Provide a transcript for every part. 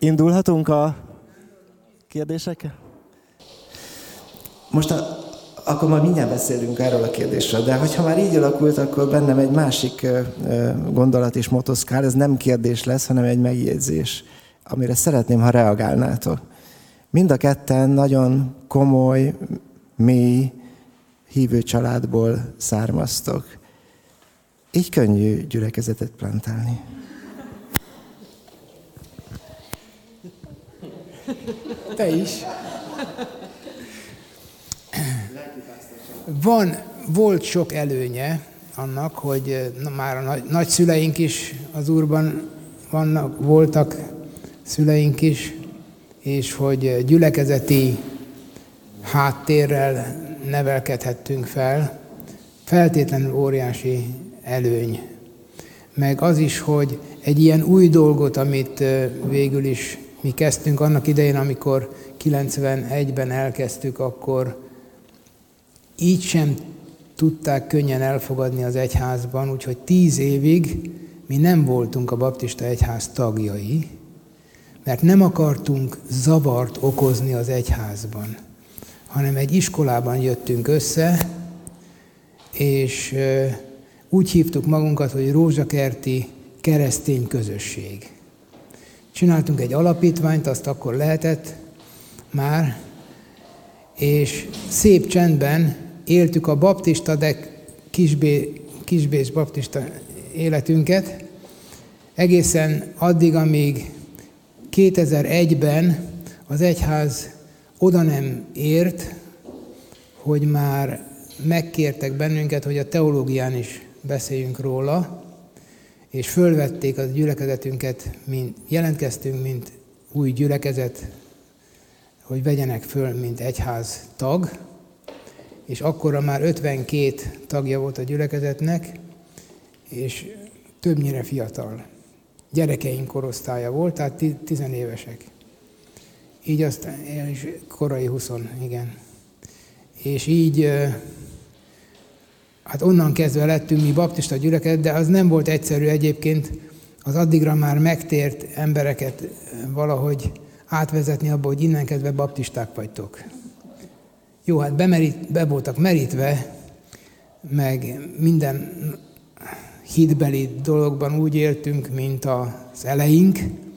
Indulhatunk a kérdésekkel? Most akkor már mindjárt beszélünk erről a kérdésről, de hogyha már így alakult, akkor bennem egy másik gondolat is motoszkál, ez nem kérdés lesz, hanem egy megjegyzés, amire szeretném, ha reagálnátok. Mind a ketten nagyon komoly, mély, hívő családból származtok. Így könnyű gyülekezetet plantálni. Te is. Volt sok előnye annak, hogy már a nagyszüleink is az Úrban voltak, szüleink is, és hogy gyülekezeti háttérrel nevelkedhettünk fel, feltétlenül óriási előny. Meg az is, hogy egy ilyen új dolgot, amit végül is mi kezdtünk annak idején, amikor 91-ben elkezdtük, akkor így sem tudták könnyen elfogadni az egyházban, úgyhogy 10 évig mi nem voltunk a baptista egyház tagjai, mert nem akartunk zavart okozni az egyházban, hanem egy iskolában jöttünk össze, és úgy hívtuk magunkat, hogy Rózsakerti Keresztény Közösség. Csináltunk egy alapítványt, azt akkor lehetett már, és szép csendben éltük a baptista, de kisbés baptista életünket, egészen addig, amíg 2001-ben az egyház oda nem ért, hogy már megkértek bennünket, hogy a teológián is beszéljünk róla, és fölvették a gyülekezetünket, jelentkeztünk, mint új gyülekezet, hogy vegyenek föl, mint egyház tag, és akkorra már 52 tagja volt a gyülekezetnek, és többnyire fiatal. Gyerekeink korosztálya volt, tehát 10 évesek. Így aztán korai 20, igen. És így, hát onnan kezdve lettünk mi baptista gyülekezet, de az nem volt egyszerű egyébként az addigra már megtért embereket valahogy átvezetni abba, hogy innen kezdve baptisták vagytok. Jó, hát be voltak merítve, meg minden hitbeli dologban úgy éltünk, mint az eleink,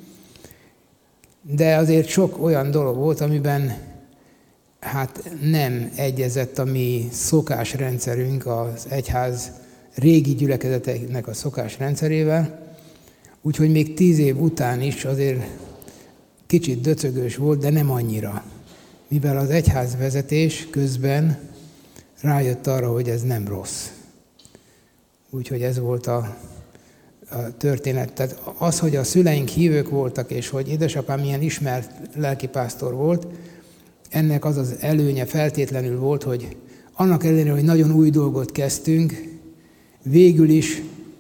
de azért sok olyan dolog volt, amiben hát nem egyezett a mi szokásrendszerünk, az egyház régi gyülekezeteknek a szokásrendszerével, úgyhogy még 10 év után is azért kicsit döcögős volt, de nem annyira. Mivel az egyházvezetés közben rájött arra, hogy ez nem rossz. Úgyhogy ez volt a történet. Tehát az, hogy a szüleink hívők voltak, és hogy édesapám milyen ismert lelkipásztor volt, ennek az az előnye feltétlenül volt, hogy annak ellenére, hogy nagyon új dolgot kezdtünk, végül is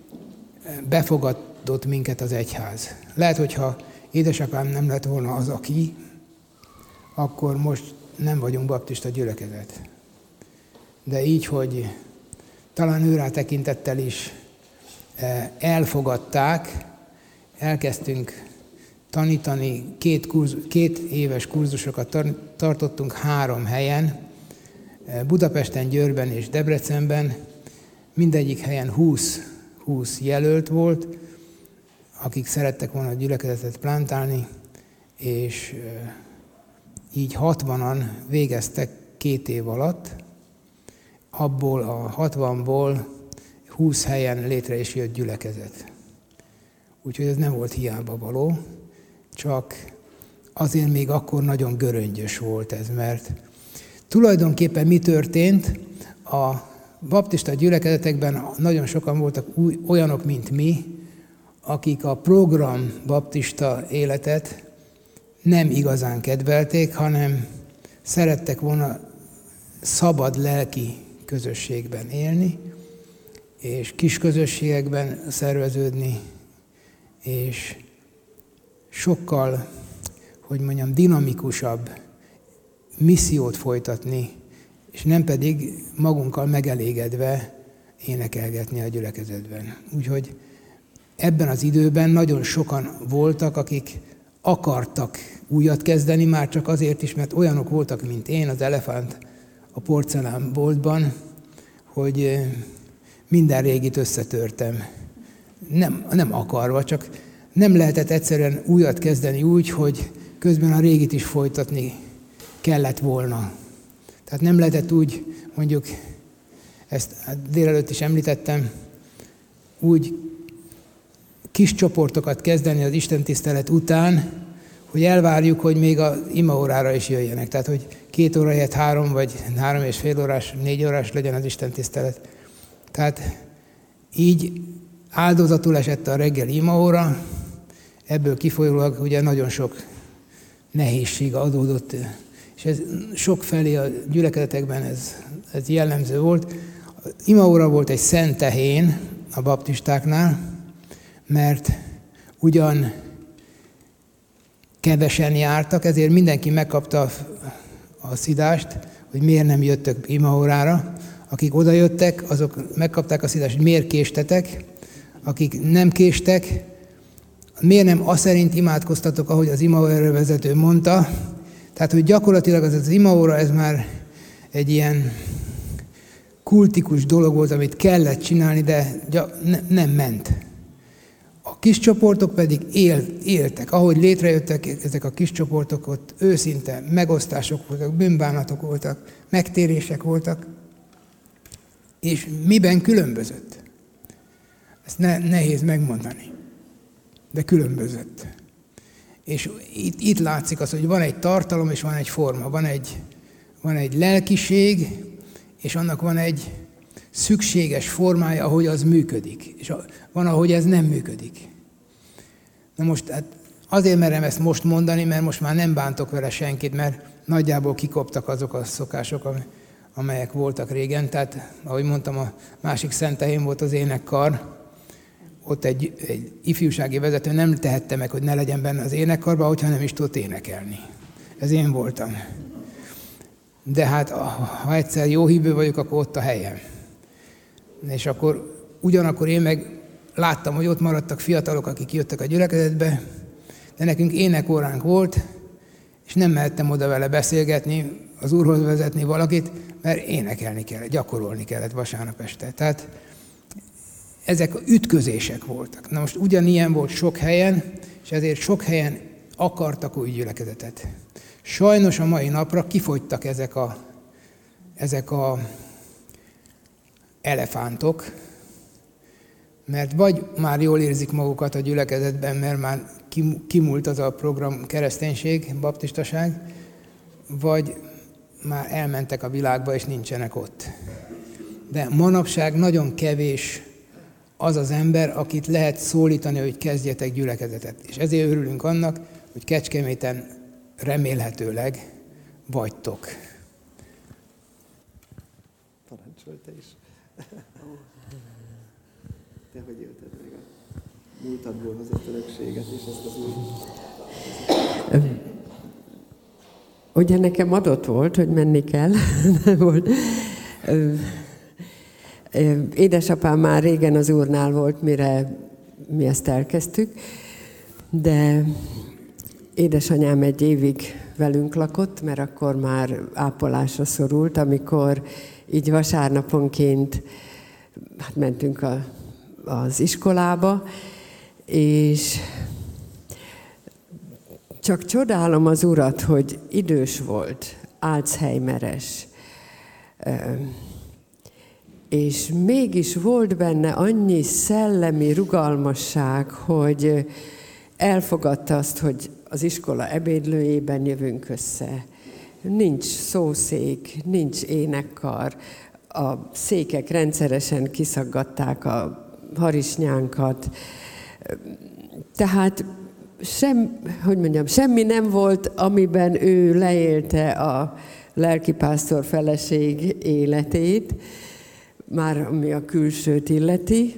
befogadott minket az egyház. Lehet, hogyha édesapám nem lett volna az, aki, akkor most nem vagyunk baptista gyülekezet. De így, hogy talán őrá tekintettel is elfogadták, elkezdtünk tanítani, 2 éves kurzusokat tartottunk 3 helyen, Budapesten, Győrben és Debrecenben, mindegyik helyen 20 jelölt volt, akik szerettek volna a gyülekezetet plantálni, és így 60-an végeztek 2 év alatt, abból a 60-ból 20 helyen létre is jött gyülekezet. Úgyhogy ez nem volt hiába való, csak azért még akkor nagyon göröngyös volt ez, mert tulajdonképpen mi történt? A baptista gyülekezetekben nagyon sokan voltak olyanok, mint mi, akik a program baptista életet nem igazán kedvelték, hanem szerettek volna szabad lelki közösségben élni, és kis közösségekben szerveződni, és sokkal, hogy mondjam, dinamikusabb missziót folytatni, és nem pedig magunkkal megelégedve énekelgetni a gyülekezetben. Úgyhogy ebben az időben nagyon sokan voltak, akik akartak újat kezdeni, már csak azért is, mert olyanok voltak, mint én, az elefánt a porcelánboltban, hogy minden régit összetörtem. Nem akarva, csak nem lehetett egyszerűen újat kezdeni úgy, hogy közben a régit is folytatni kellett volna. Tehát nem lehetett úgy, mondjuk, ezt délelőtt is említettem, úgy kis csoportokat kezdeni az istentisztelet után, hogy elvárjuk, hogy még az imaórára is jöjjenek. Tehát, hogy 2 óra helyett 3 vagy 3,5 órás, 4 órás legyen az istentisztelet. Tehát így áldozatul esett a reggeli imaóra, ebből kifolyólag ugye nagyon sok nehézség adódott, és ez sokfelé a gyülekezetekben ez jellemző volt. Az imaóra volt egy szent tehén a baptistáknál, mert ugyan kevesen jártak, ezért mindenki megkapta a szidást, hogy miért nem jöttök imaórára. Akik odajöttek, azok megkapták a szidást, hogy miért késtetek. Akik nem késtek, miért nem azt szerint imádkoztatok, ahogy az imaóra vezető mondta. Tehát, hogy gyakorlatilag az imaóra, ez már egy ilyen kultikus dolog volt, amit kellett csinálni, de nem ment. A kis csoportok pedig éltek. Ahogy létrejöttek ezek a kis csoportok, ott őszinte megosztások voltak, bűnbánatok voltak, megtérések voltak. És miben különbözött? Ezt nehéz megmondani, de különbözött. És itt látszik az, hogy van egy tartalom és van egy forma. Van egy lelkiség, és annak van egy szükséges formája, ahogy az működik. És van, ahogy ez nem működik. Na most hát azért merem ezt most mondani, mert most már nem bántok vele senkit, mert nagyjából kikoptak azok a szokások, amelyek voltak régen. Tehát, ahogy mondtam, a másik szent tehén volt az énekkar. Ott egy ifjúsági vezető nem tehette meg, hogy ne legyen benne az énekkarban, hogyha nem is tudott énekelni. Ez én voltam. De hát, ha egyszer jó hívő vagyok, akkor ott a helyem. És akkor ugyanakkor én meg láttam, hogy ott maradtak fiatalok, akik jöttek a gyülekezetbe, de nekünk énekóránk volt, és nem mehettem oda vele beszélgetni, az Úrhoz vezetni valakit, mert énekelni kellett, gyakorolni kellett vasárnap este. Tehát ezek ütközések voltak. Na most ugyanilyen volt sok helyen, és ezért sok helyen akartak új gyülekezetet. Sajnos a mai napra kifogytak ezek a elefántok, mert vagy már jól érzik magukat a gyülekezetben, mert már kimúlt az a program kereszténység, baptistaság, vagy már elmentek a világba, és nincsenek ott. De manapság nagyon kevés az az ember, akit lehet szólítani, hogy kezdjetek gyülekezetet. És ezért örülünk annak, hogy Kecskeméten remélhetőleg vagytok. Parancsolj te is. Te hogy élted meg a múltadból hozott örökséget és ezt az új... Ugye nekem adott volt, hogy menni kell. Édesapám már régen az Úrnál volt, mire mi ezt elkezdtük, de édesanyám egy évig velünk lakott, mert akkor már ápolásra szorult, amikor így vasárnaponként mentünk az iskolába, és csak csodálom az Urat, hogy idős volt, Alzheimeres, és mégis volt benne annyi szellemi rugalmasság, hogy elfogadta azt, hogy az iskola ebédlőjében jövünk össze. Nincs szószék, nincs énekkar, a székek rendszeresen kiszaggatták a harisnyánkat. Tehát semmi nem volt, amiben ő leélte a lelkipásztor feleség életét, már ami a külsőt illeti.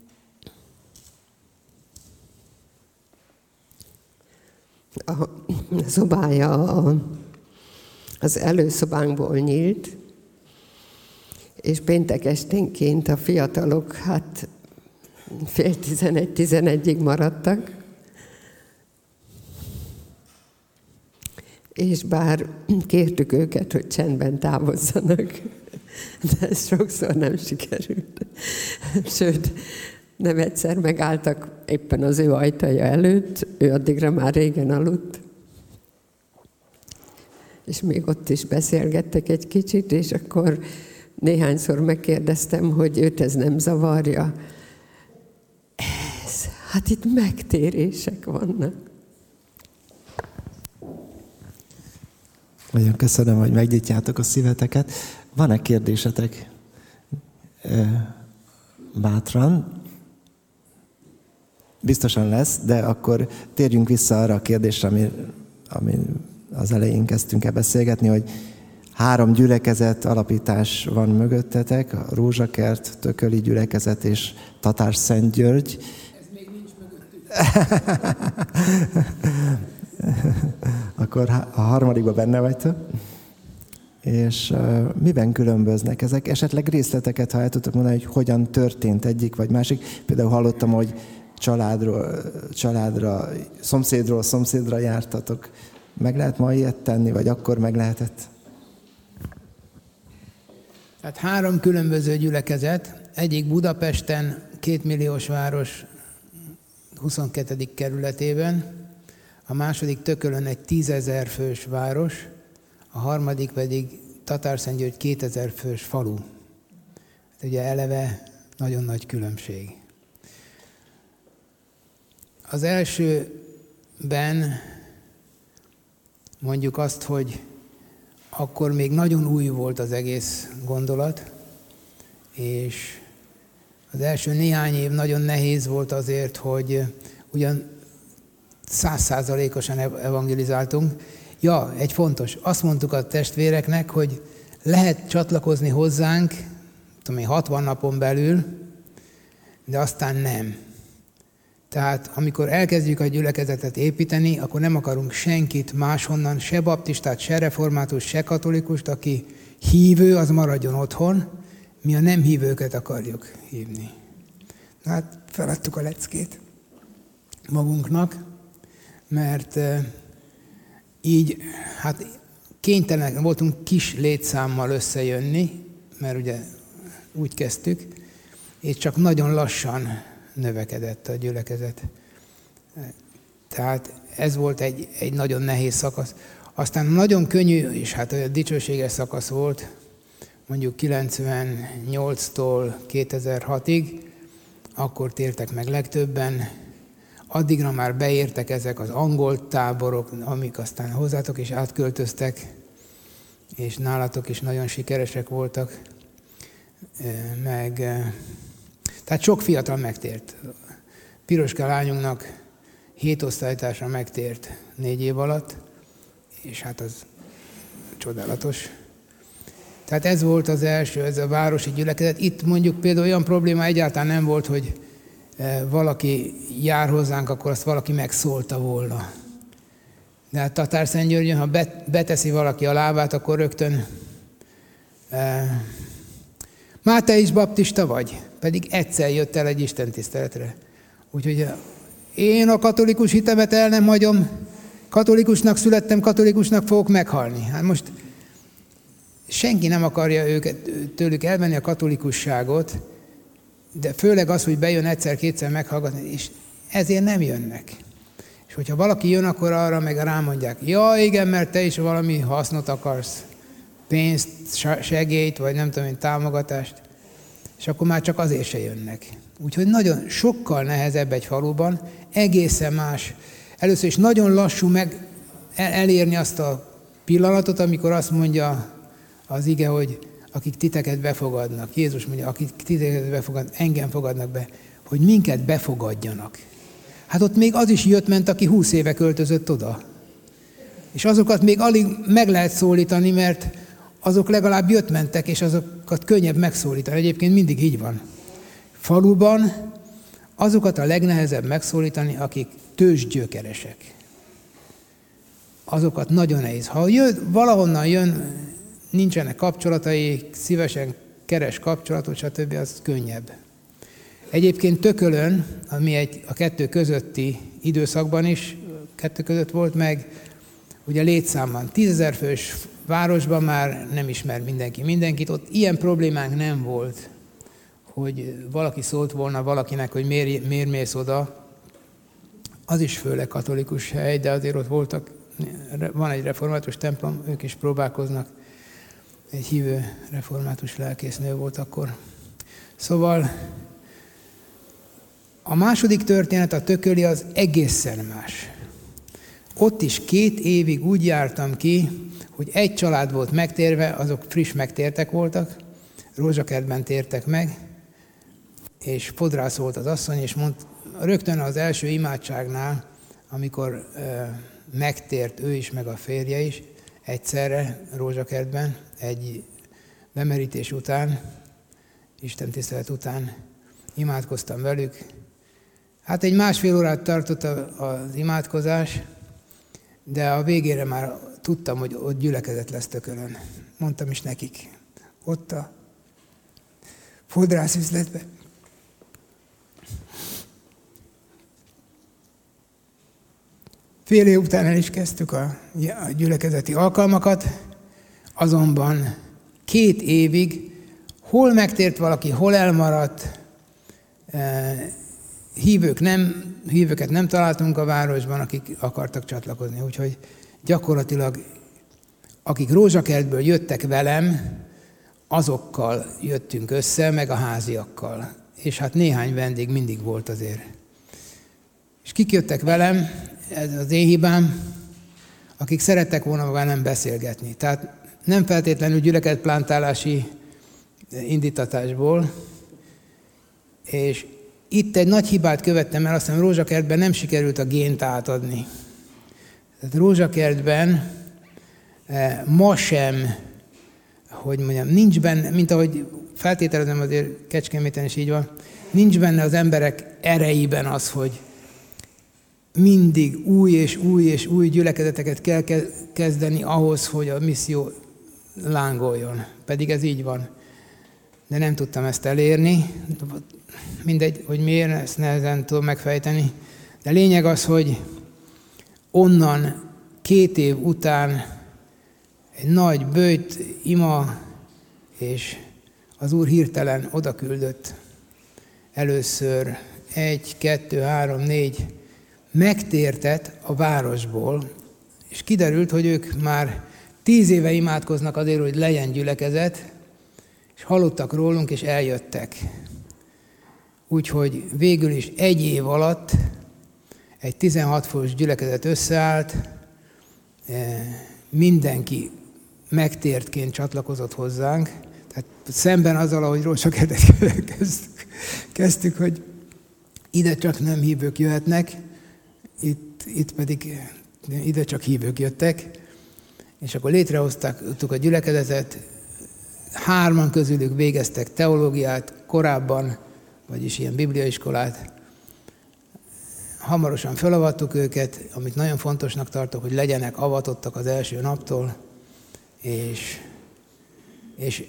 A szobája az előszobánkból nyílt, és péntek esténként a fiatalok 10:30-11-ig maradtak. és bár kértük őket, hogy csendben távozzanak, de ez sokszor nem sikerült. Sőt, nem egyszer megálltak éppen az ő ajtaja előtt, ő addigra már régen aludt, és még ott is beszélgettek egy kicsit, és akkor néhányszor megkérdeztem, hogy őt ez nem zavarja. Hát itt megtérések vannak. Nagyon köszönöm, hogy megnyitjátok a szíveteket. Van-e kérdésetek? Bátran. Biztosan lesz, de akkor térjünk vissza arra a kérdésre, ami az elején kezdtünk el beszélgetni, hogy 3 gyülekezet alapítás van mögöttetek, a Rózsakert, Tököli gyülekezet és Tatárszentgyörgy. Ez még nincs mögöttük. Akkor a harmadikban benne vagytok. És miben különböznek ezek? Esetleg részleteket, ha el tudtok mondani, hogy hogyan történt egyik vagy másik. Például hallottam, hogy családra, szomszédra jártatok. Meg lehet ma ilyet tenni, vagy akkor meg lehetett? Tehát 3 különböző gyülekezet, egyik Budapesten, 2 milliós város 22. kerületében, a második Tökölön egy 10 000 fős város, a harmadik pedig Tatárszentgyörgy 2000 fős falu. Hát ugye eleve nagyon nagy különbség. Az elsőben mondjuk azt, hogy akkor még nagyon új volt az egész gondolat, és az első néhány év nagyon nehéz volt azért, hogy ugyan 100%-osan evangelizáltunk. Ja, egy fontos, azt mondtuk a testvéreknek, hogy lehet csatlakozni hozzánk, tudom én, 60 napon belül, de aztán nem. Tehát amikor elkezdjük a gyülekezetet építeni, akkor nem akarunk senkit máshonnan, se baptistát, se református, se katolikust, aki hívő, az maradjon otthon, mi a nem hívőket akarjuk hívni. Na hát feladtuk a leckét magunknak, mert így hát kénytelenek voltunk kis létszámmal összejönni, mert ugye úgy kezdtük, és csak nagyon lassan növekedett a gyülekezet. Tehát ez volt egy nagyon nehéz szakasz. Aztán nagyon könnyű, és hát olyan dicsőséges szakasz volt, mondjuk 98-tól 2006-ig, akkor tértek meg legtöbben, addigra már beértek ezek az angol táborok, amik aztán hozzátok is átköltöztek, és nálatok is nagyon sikeresek voltak. Tehát sok fiatal megtért. Piroska lányunknak 7 osztálytársa megtért 4 év alatt, és hát az csodálatos. Tehát ez volt az első, ez a városi gyülekezet. Itt mondjuk például olyan probléma egyáltalán nem volt, hogy valaki jár hozzánk, akkor azt valaki megszólta volna. De hát Tatárszentgyörgyön, ha beteszi valaki a lábát, akkor rögtön már te is baptista vagy, pedig egyszer jött el egy istentiszteletre. Úgyhogy én a katolikus hitemet el nem hagyom, katolikusnak születtem, katolikusnak fogok meghalni. Hát most senki nem akarja tőlük elvenni a katolikusságot, de főleg az, hogy bejön egyszer-kétszer meghallgatni, és ezért nem jönnek. És hogyha valaki jön, akkor arra meg rámondják, ja igen, mert te is valami hasznot akarsz, pénzt, segélyt, vagy nem tudom én, támogatást, és akkor már csak azért se jönnek. Úgyhogy nagyon sokkal nehezebb egy faluban, egészen más. Először is nagyon lassú elérni azt a pillanatot, amikor azt mondja az ige, hogy akik titeket befogadnak. Jézus mondja, akik titeket befogadnak, engem fogadnak be, hogy minket befogadjanak. Hát ott még az is jött-ment, aki 20 éve költözött oda. És azokat még alig meg lehet szólítani, mert azok legalább jött-mentek, és azokat könnyebb megszólítani. Egyébként mindig így van. Faluban azokat a legnehezebb megszólítani, akik tőzsgyökeresek. Azokat nagyon nehéz. Ha valahonnan jön, nincsenek kapcsolatai, szívesen keres kapcsolatot, stb., az könnyebb. Egyébként Tökölön, ami a kettő közötti időszakban is, kettő között volt meg, ugye létszámban 10 000 fős városban már nem ismer mindenki mindenkit, ott ilyen problémánk nem volt, hogy valaki szólt volna valakinek, hogy miért mész oda. Az is főleg katolikus hely, de azért ott van egy református templom, ők is próbálkoznak. Egy hívő református lelkésznő volt akkor. Szóval a második történet, a Tököli, az egészen más. Ott is 2 évig úgy jártam ki, hogy egy család volt megtérve, azok friss megtértek voltak, Rózsakertben tértek meg, és fodrász volt az asszony, és rögtön az első imádságnál, amikor megtért ő is, meg a férje is, egyszerre Rózsakertben, egy bemerítés után, istentisztelet után imádkoztam velük. Hát egy 1,5 órát tartott az imádkozás, de a végére már tudtam, hogy ott gyülekezet lesz Tökölön. Mondtam is nekik, ott a fodrászüzletben. Fél év után el is kezdtük a gyülekezeti alkalmakat, azonban 2 évig hol megtért valaki, hol elmaradt, hívőket nem találtunk a városban, akik akartak csatlakozni. Úgyhogy gyakorlatilag, akik Rózsakertből jöttek velem, azokkal jöttünk össze, meg a háziakkal. És hát néhány vendég mindig volt azért. És kik jöttek velem, ez az én hibám, akik szerettek volna velem beszélgetni. Tehát nem feltétlenül gyülekezetplántálási indítatásból, és itt egy nagy hibát követtem el, azt hiszem Rózsakertben nem sikerült a gént átadni. Tehát Rózsakertben ma sem, hogy mondjam, nincs benne, mint ahogy feltételezem, azért Kecskeméten is így van, nincs benne az emberek erejében az, hogy mindig új és új és új gyülekezeteket kell kezdeni ahhoz, hogy a misszió lángoljon. Pedig ez így van. De nem tudtam ezt elérni. Mindegy, hogy miért, ezt nehezen tudom megfejteni. De lényeg az, hogy onnan 2 év után egy nagy böjt ima, és az Úr hirtelen odaküldött először 1, 2, 3, 4 megtértet a városból, és kiderült, hogy ők már 10 éve imádkoznak azért, hogy legyen gyülekezet, és hallottak rólunk, és eljöttek. Úgyhogy végül is 1 év alatt egy 16 fős gyülekezet összeállt, mindenki megtértként csatlakozott hozzánk, tehát szemben azzal, ahogy Rózsakertet kezdtük, hogy ide csak nem hívők jöhetnek, itt pedig ide csak hívők jöttek, és akkor létrehoztuk a gyülekezetet, 3 közülük végeztek teológiát korábban, vagyis ilyen bibliaiskolát. Hamarosan felavattuk őket, amit nagyon fontosnak tartok, hogy legyenek avatottak az első naptól, és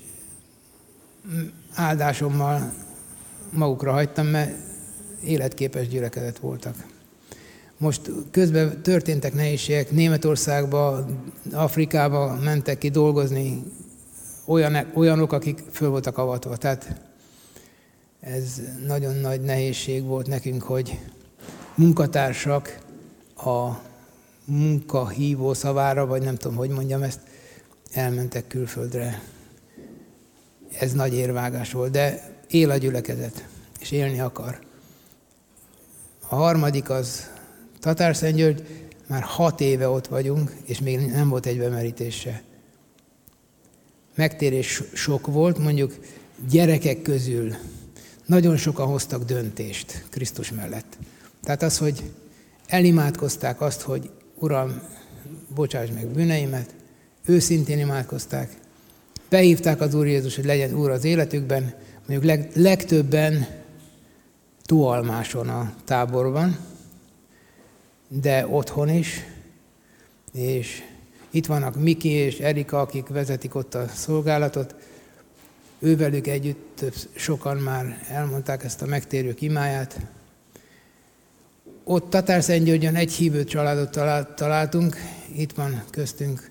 áldásommal magukra hagytam, mert életképes gyülekezet voltak. Most közben történtek nehézségek, Németországba, Afrikába mentek ki dolgozni olyanok, akik föl voltak avatva. Tehát ez nagyon nagy nehézség volt nekünk, hogy munkatársak a munkahívó szavára, vagy nem tudom, hogy mondjam ezt, elmentek külföldre. Ez nagy érvágás volt, de él a gyülekezet, és élni akar. A harmadik az Tatárszentgyörgy, már 6 éve ott vagyunk, és még nem volt egy bemerítés se. Megtérés sok volt, mondjuk gyerekek közül nagyon sokan hoztak döntést Krisztus mellett. Tehát az, hogy elimádkozták azt, hogy Uram, bocsáss meg bűneimet, őszintén imádkozták, behívták az Úr Jézus, hogy legyen Úr az életükben, mondjuk legtöbben Tualmáson a táborban, de otthon is, és itt vannak Miki és Erika, akik vezetik ott a szolgálatot. Ővelük együtt sokan már elmondták ezt a megtérők imáját. Ott Tatárszentgyörgyön egy hívő családot találtunk, itt van köztünk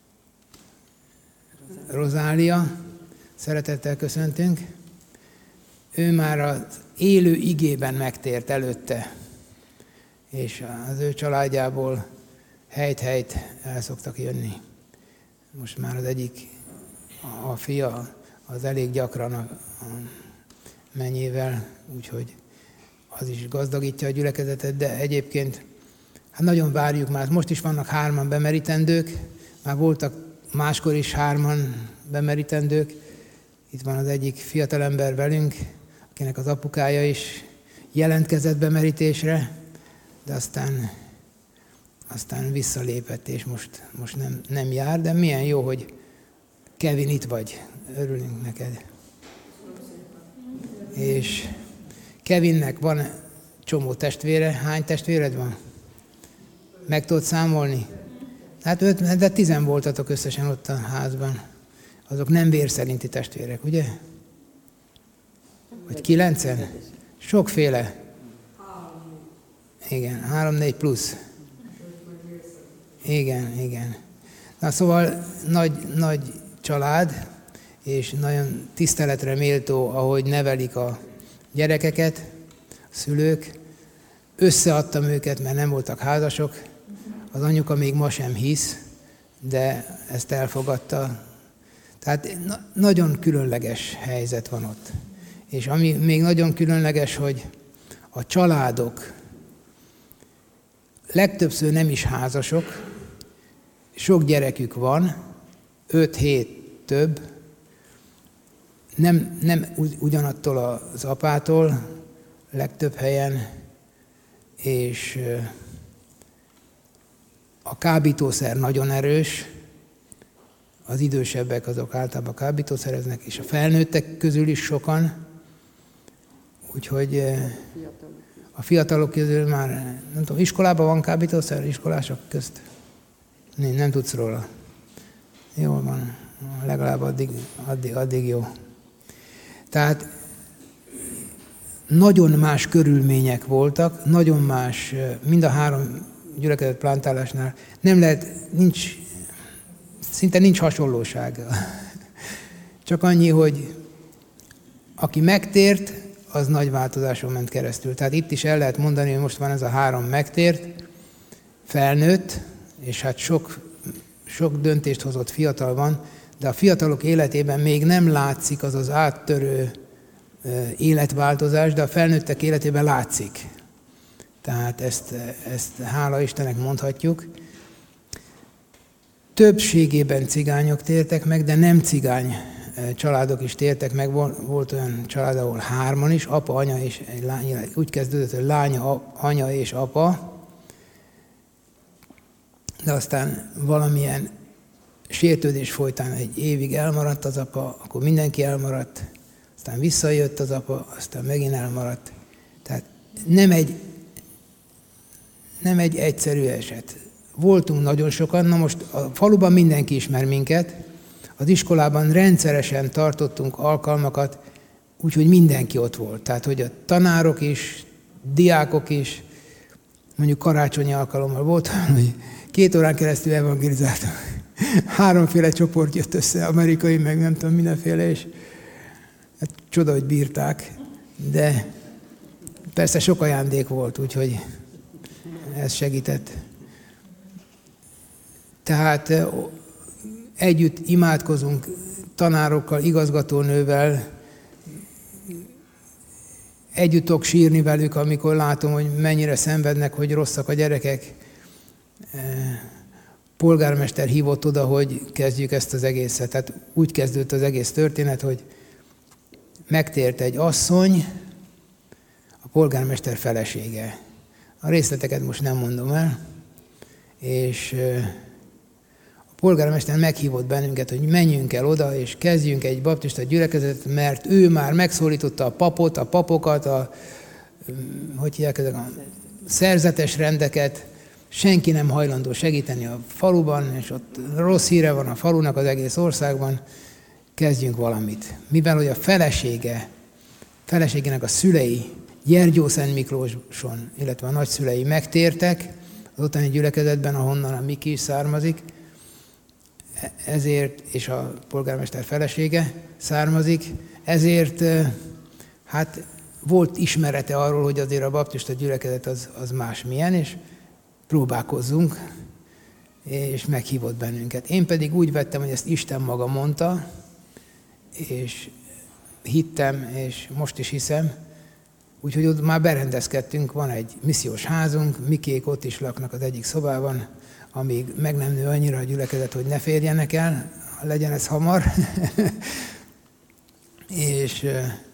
Rozália, szeretettel köszöntünk. Ő már az élő igében megtért előtte, és az ő családjából helyt el szoktak jönni. Most már az egyik, a fia az elég gyakran a mennyével, úgyhogy az is gazdagítja a gyülekezetet, de egyébként hát nagyon várjuk már. Most is vannak 3 bemerítendők, már voltak máskor is 3 bemerítendők. Itt van az egyik fiatalember velünk, akinek az apukája is jelentkezett bemerítésre, de aztán visszalépett, és most nem jár, de milyen jó, hogy Kevin itt vagy. Örülünk neked. És Kevinnek van csomó testvére. Hány testvéred van? Meg tudod számolni? Hát 5, de 10 voltatok összesen ott a házban. Azok nem vér szerinti testvérek, ugye? Vagy 9? Sokféle. Igen, 3-4 plusz. Igen. Na szóval nagy család, és nagyon tiszteletre méltó, ahogy nevelik a gyerekeket, a szülők. Összeadtam őket, mert nem voltak házasok. Az anyuka még ma sem hisz, de ezt elfogadta. Tehát nagyon különleges helyzet van ott. És ami még nagyon különleges, hogy a családok legtöbbször nem is házasok, sok gyerekük van, 5-7 több, nem ugyanattól az apától, legtöbb helyen, és a kábítószer nagyon erős, az idősebbek azok általában kábítószereznek, és a felnőttek közül is sokan, úgyhogy a fiatalok közül már, nem tudom, iskolában van kábítószer, iskolások közt? Nem tudsz róla. Jól van, legalább addig jó. Tehát nagyon más körülmények voltak, nagyon más, mind a 3 gyülekezet plántálásnál szinte nincs hasonlóság. Csak annyi, hogy aki megtért, az nagy változáson ment keresztül. Tehát itt is el lehet mondani, hogy most van ez a 3 megtért, felnőtt, és hát sok döntést hozott fiatal van, de a fiatalok életében még nem látszik az áttörő életváltozás, de a felnőttek életében látszik. Tehát ezt hála Istennek mondhatjuk. Többségében cigányok tértek meg, de nem cigány családok is tértek meg. Volt olyan család, ahol 3-an is, apa, anya és egy lány, úgy kezdődött, hogy lánya, anya és apa, de aztán valamilyen sértődés folytán egy évig elmaradt az apa, akkor mindenki elmaradt, aztán visszajött az apa, aztán megint elmaradt. Tehát nem egy egyszerű eset. Voltunk nagyon sokan, na most a faluban mindenki ismer minket, az iskolában rendszeresen tartottunk alkalmakat, úgyhogy mindenki ott volt. Tehát, hogy a tanárok is, diákok is, mondjuk karácsonyi alkalommal volt, hogy 2 órán keresztül evangelizáltam. 3 csoport jött össze, amerikai, meg nem tudom, mindenféle, és hát csoda, hogy bírták, de persze sok ajándék volt, úgyhogy ez segített. Tehát együtt imádkozunk tanárokkal, igazgatónővel, együtt tudok sírni velük, amikor látom, hogy mennyire szenvednek, hogy rosszak a gyerekek. Polgármester hívott oda, hogy kezdjük ezt az egészet. Tehát úgy kezdődött az egész történet, hogy megtért egy asszony, a polgármester felesége. A részleteket most nem mondom el, és a polgármester meghívott bennünket, hogy menjünk el oda, és kezdjünk egy baptista gyülekezetet, mert ő már megszólította a papot, a papokat, a szerzetes rendeket, senki nem hajlandó segíteni a faluban, és ott rossz híre van a falunak az egész országban, kezdjünk valamit. Mivel, hogy a feleségének a szülei Gyergyószent Miklóson, illetve a nagyszülei megtértek, az ottani gyülekezetben, ahonnan a Miki is származik, ezért, és a polgármester felesége származik, ezért hát volt ismerete arról, hogy azért a baptista gyülekezet az másmilyen, és próbálkozzunk, és meghívott bennünket. Én pedig úgy vettem, hogy ezt Isten maga mondta, és hittem, és most is hiszem, úgyhogy ott már berendezkedtünk, van egy missziós házunk, Mikék ott is laknak az egyik szobában, amíg meg nem nő annyira a gyülekezet, hogy ne férjenek el, legyen ez hamar. És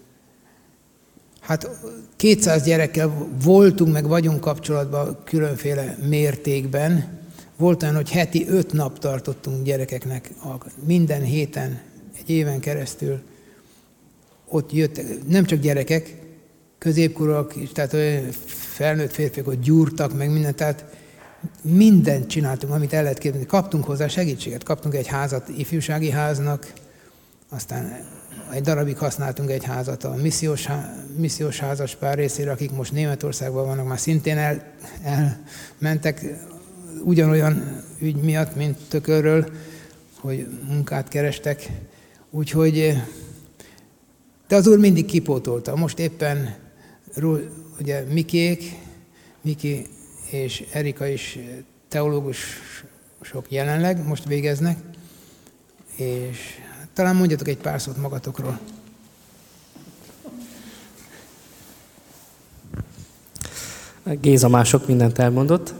hát 200 gyerekkel voltunk, meg vagyunk kapcsolatban különféle mértékben. Volt olyan, hogy heti 5 nap tartottunk gyerekeknek, minden héten, egy éven keresztül. Ott jöttek, nem csak gyerekek, középkorúak is, tehát olyan felnőtt férfiak, hogy gyúrtak, meg mindent, tehát mindent csináltunk, amit el lehet képzelni. Kaptunk hozzá segítséget, kaptunk egy házat ifjúsági háznak, aztán egy darabig használtunk egy házat a missziós házas pár részére, akik most Németországban vannak, már szintén elmentek ugyanolyan ügy miatt, mint Tökörről, hogy munkát kerestek. Úgyhogy, de az Úr mindig kipótolta. Most éppen ugye Miki és Erika is teológusok jelenleg, most végeznek, és talán mondjatok egy pár szót magatokról. Géza már sok mindent elmondott.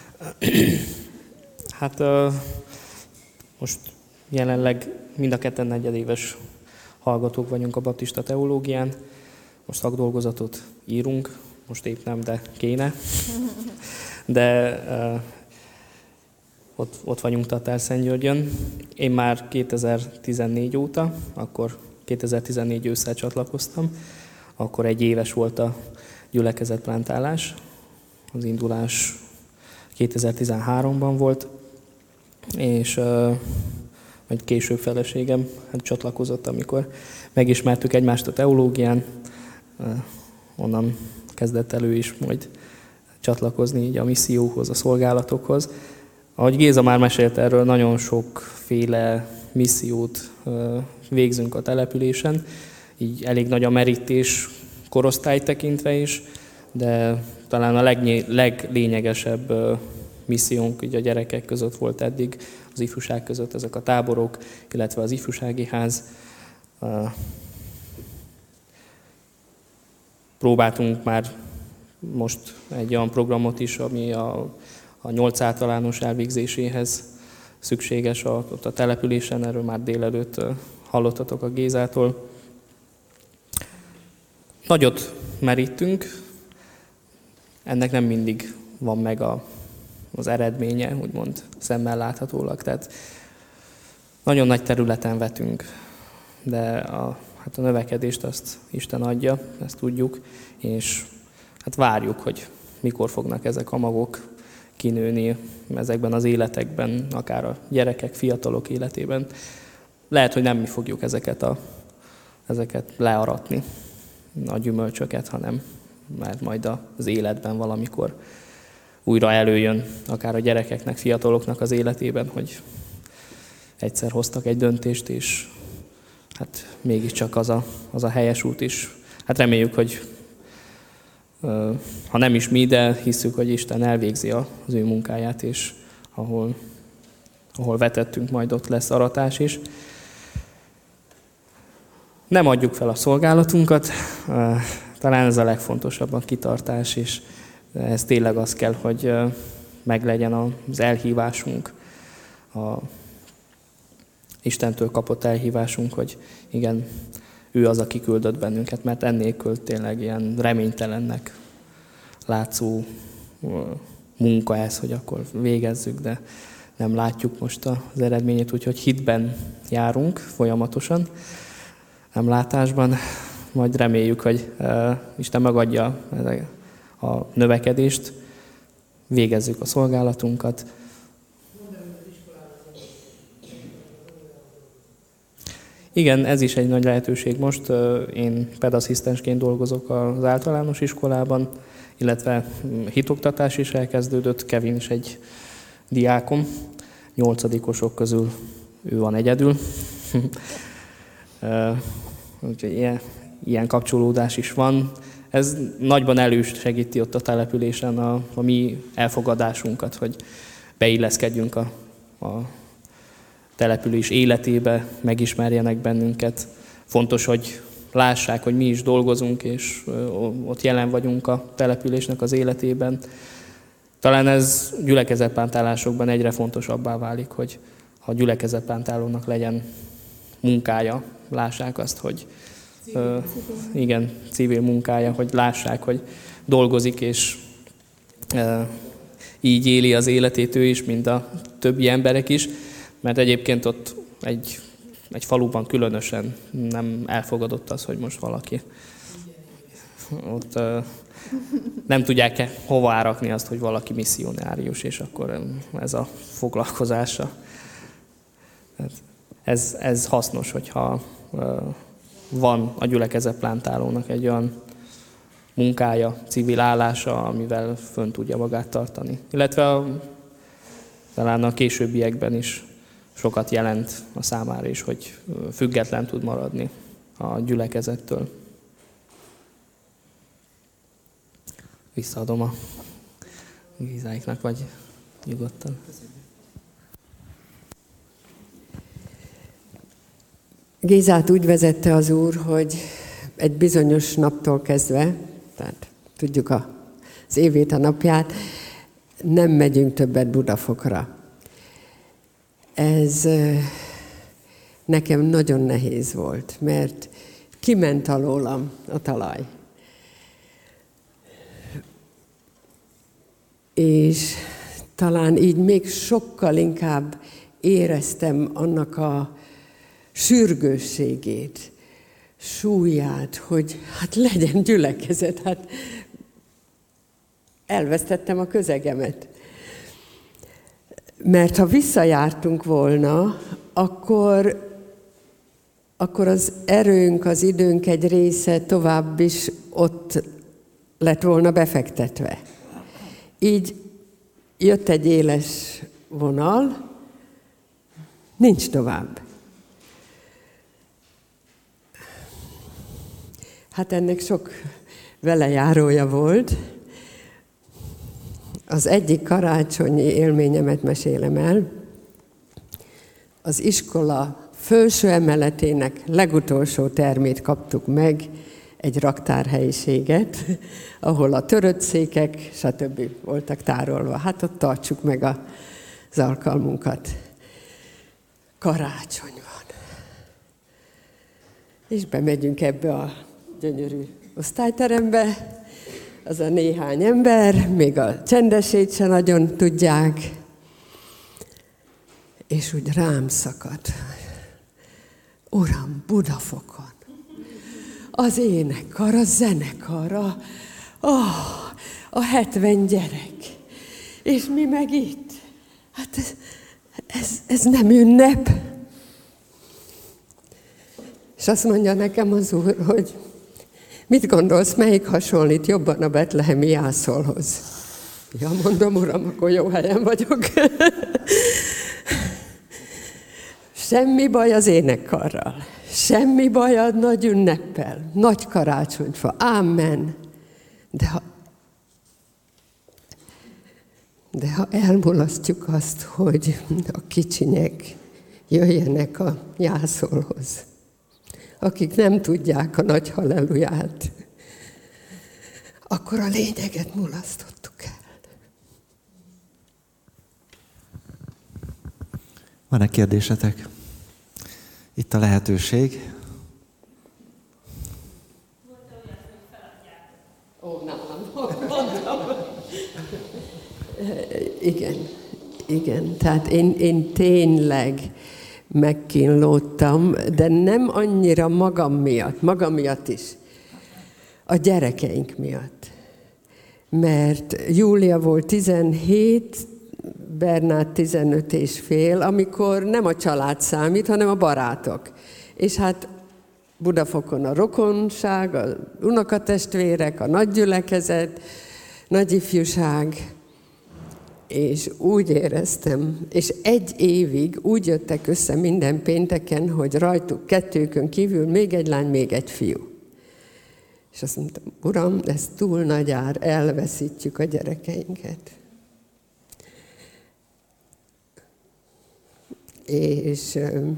Hát most jelenleg mind a ketten negyedéves hallgatók vagyunk a baptista teológián. Most szakdolgozatot írunk, most épp nem, de kéne. De ott vagyunk Tatárszentgyörgyön. Én már 2014 óta, akkor 2014 ősszel csatlakoztam, akkor 1 éves volt a gyülekezetplántálás. Az indulás 2013-ban volt, és majd később feleségem csatlakozott, amikor megismertük egymást a teológián, onnan kezdett elő is majd csatlakozni így a misszióhoz, a szolgálatokhoz. Ahogy Géza már mesélt erről, nagyon sokféle missziót végzünk a településen, így elég nagy a merítés korosztály tekintve is, de talán a leglényegesebb missziónk ugye a gyerekek között volt eddig, az ifjúság között ezek a táborok, illetve az ifjúsági ház. Próbáltunk már most egy olyan programot is, ami a 8 általános elvégzéséhez szükséges ott a településen, erről már délelőtt hallottatok a Gézától. Nagyot merítünk, ennek nem mindig van meg az eredménye, úgymond szemmel láthatólag. Tehát nagyon nagy területen vetünk, de a növekedést azt Isten adja, ezt tudjuk, és hát várjuk, hogy mikor fognak ezek a magok kinőni ezekben az életekben, akár a gyerekek, fiatalok életében. Lehet, hogy nem mi fogjuk ezeket learatni, a gyümölcsöket, hanem mert majd az életben valamikor újra előjön, akár a gyerekeknek, fiataloknak az életében, hogy egyszer hoztak egy döntést, és hát mégiscsak az a helyes út is. Hát reméljük, hogy ha nem is mi, de hiszük, hogy Isten elvégzi az ő munkáját, és ahol vetettünk, majd ott lesz aratás is. Nem adjuk fel a szolgálatunkat, talán ez a legfontosabb, a kitartás, és ez tényleg az kell, hogy meglegyen az elhívásunk, Istentől kapott elhívásunk, hogy igen, ő az, aki küldött bennünket, mert ennélkül tényleg ilyen reménytelennek látszó munka ez, hogy akkor végezzük, de nem látjuk most az eredményét, úgyhogy hitben járunk folyamatosan, nem látásban, majd reméljük, hogy Isten megadja a növekedést, végezzük a szolgálatunkat. Igen, ez is egy nagy lehetőség most. Én pedasszisztensként dolgozok az általános iskolában, illetve hitoktatás is elkezdődött. Kevin is egy diákom, 8-osok közül ő van egyedül. Úgyhogy ilyen kapcsolódás is van. Ez nagyban elősegíti ott a településen a mi elfogadásunkat, hogy beilleszkedjünk a település életébe, megismerjenek bennünket. Fontos, hogy lássák, hogy mi is dolgozunk, és ott jelen vagyunk a településnek az életében. Talán ez gyülekezetplántálásokban egyre fontosabbá válik, hogy a gyülekezetplántálónak legyen munkája, lássák azt, hogy civil munkája, hogy lássák, hogy dolgozik, és így éli az életét ő is, mint a többi emberek is, mert egyébként ott egy faluban különösen nem elfogadott az, hogy most valaki ott nem tudják hova árakni azt, hogy valaki misszionárius, és akkor ez a foglalkozása. Ez hasznos, hogyha van a gyülekezetplántálónak egy olyan munkája, civil állása, amivel fönn tudja magát tartani. Illetve talán a későbbiekben is sokat jelent a számára is, hogy független tud maradni a gyülekezettől. Visszaadom a Gézáiknak, vagy nyugodtan. Gézát úgy vezette az Úr, hogy egy bizonyos naptól kezdve, tehát tudjuk az évét, a napját, nem megyünk többet Budafokra. Ez nekem nagyon nehéz volt, mert kiment alólam a talaj. És talán így még sokkal inkább éreztem annak a sürgősségét, súlyát, hogy hát legyen gyülekezet, hát elvesztettem a közegemet. Mert ha visszajártunk volna, akkor az erőnk, az időnk egy része tovább is ott lett volna befektetve. Így jött egy éles vonal, nincs tovább. Hát ennek sok velejárója volt. Az egyik karácsonyi élményemet mesélem el. Az iskola felső emeletének legutolsó termét kaptuk meg, egy raktárhelyiséget, ahol a törött székek, stb. Voltak tárolva. Hát ott tartsuk meg az alkalmunkat. Karácsony van. És bemegyünk ebbe a gyönyörű osztályterembe, az a néhány ember, még a csendesét se nagyon tudják, és úgy rám szakad. Uram, Budafokon, az énekkar, a zenekar, a 70 gyerek, és mi meg itt. Hát ez nem ünnep. És azt mondja nekem az Úr, hogy mit gondolsz, melyik hasonlít jobban a betlehemi jászolhoz? Ja, mondom, Uram, akkor jó helyen vagyok. Semmi baj az énekkarral, semmi baj a nagy ünneppel, nagy karácsonyfa, ámen. De ha elmulasztjuk azt, hogy a kicsinyek jöjjenek a jászolhoz, akik nem tudják a nagy halleluját, akkor a lényeget mulasztottuk el. Van-e kérdésetek? Itt a lehetőség. Igen. Tehát én tényleg megkínlódtam, de nem annyira magam miatt is, a gyerekeink miatt. Mert Júlia volt 17, Bernát 15 és fél, amikor nem a család számít, hanem a barátok. És hát Budafokon a rokonság, a unokatestvérek, a nagygyülekezet, nagyifjúság, és úgy éreztem, és 1 évig úgy jöttek össze minden pénteken, hogy rajtuk 2 kívül még egy lány, még egy fiú. És azt mondtam, Uram, ez túl nagy ár, elveszítjük a gyerekeinket. És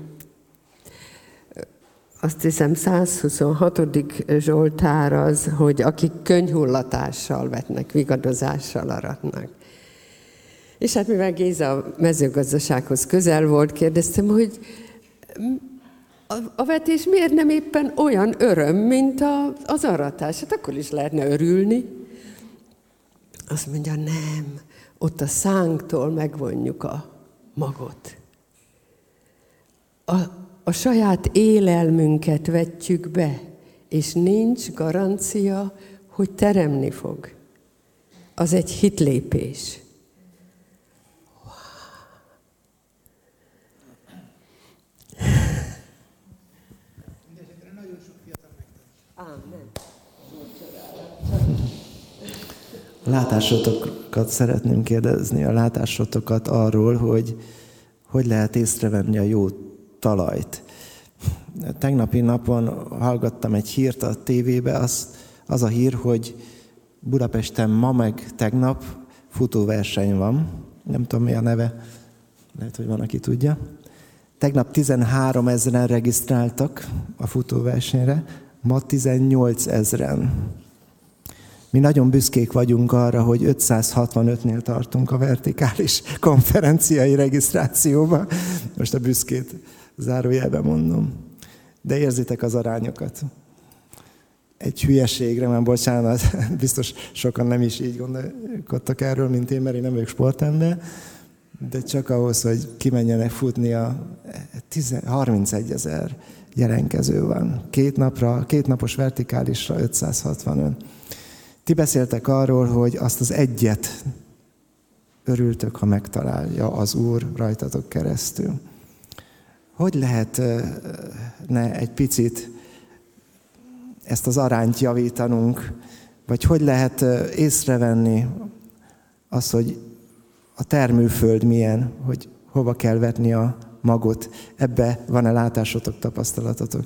azt hiszem 126. Zsoltár az, hogy akik könnyhullatással vetnek, vigadozással aratnak. És hát mivel Géza a mezőgazdasághoz közel volt, kérdeztem, hogy a vetés miért nem éppen olyan öröm, mint az aratás? Hát akkor is lehetne örülni. Azt mondja, nem, ott a szánktól megvonjuk a magot. A saját élelmünket vetjük be, és nincs garancia, hogy teremni fog. Az egy hitlépés. A látásotokat szeretném kérdezni, a látásotokat arról, hogy lehet észrevenni a jó talajt. Tegnapi napon hallgattam egy hírt a tévébe, az a hír, hogy Budapesten ma meg tegnap futóverseny van. Nem tudom, mi a neve, lehet, hogy van, aki tudja. Tegnap 13 000 regisztráltak a futóversenyre, ma 18 000. Mi nagyon büszkék vagyunk arra, hogy 565-nél tartunk a vertikális konferenciai regisztrációban. Most a büszkét zárójelben mondom. De érzitek az arányokat. Egy hülyeségre, már bocsánat, biztos sokan nem is így gondolkodtak erről, mint én, mert én nem vagyok sportember, de csak ahhoz, hogy kimenjenek futni a 31 000 jelentkező van. 2 napos vertikálisra 565. Ti beszéltek arról, hogy azt az egyet örültök, ha megtalálja az Úr rajtatok keresztül. Hogy lehetne egy picit ezt az arányt javítanunk, vagy hogy lehet észrevenni azt, hogy a termőföld milyen, hogy hova kell vetni a magot. Ebbe van-e látásotok, tapasztalatotok?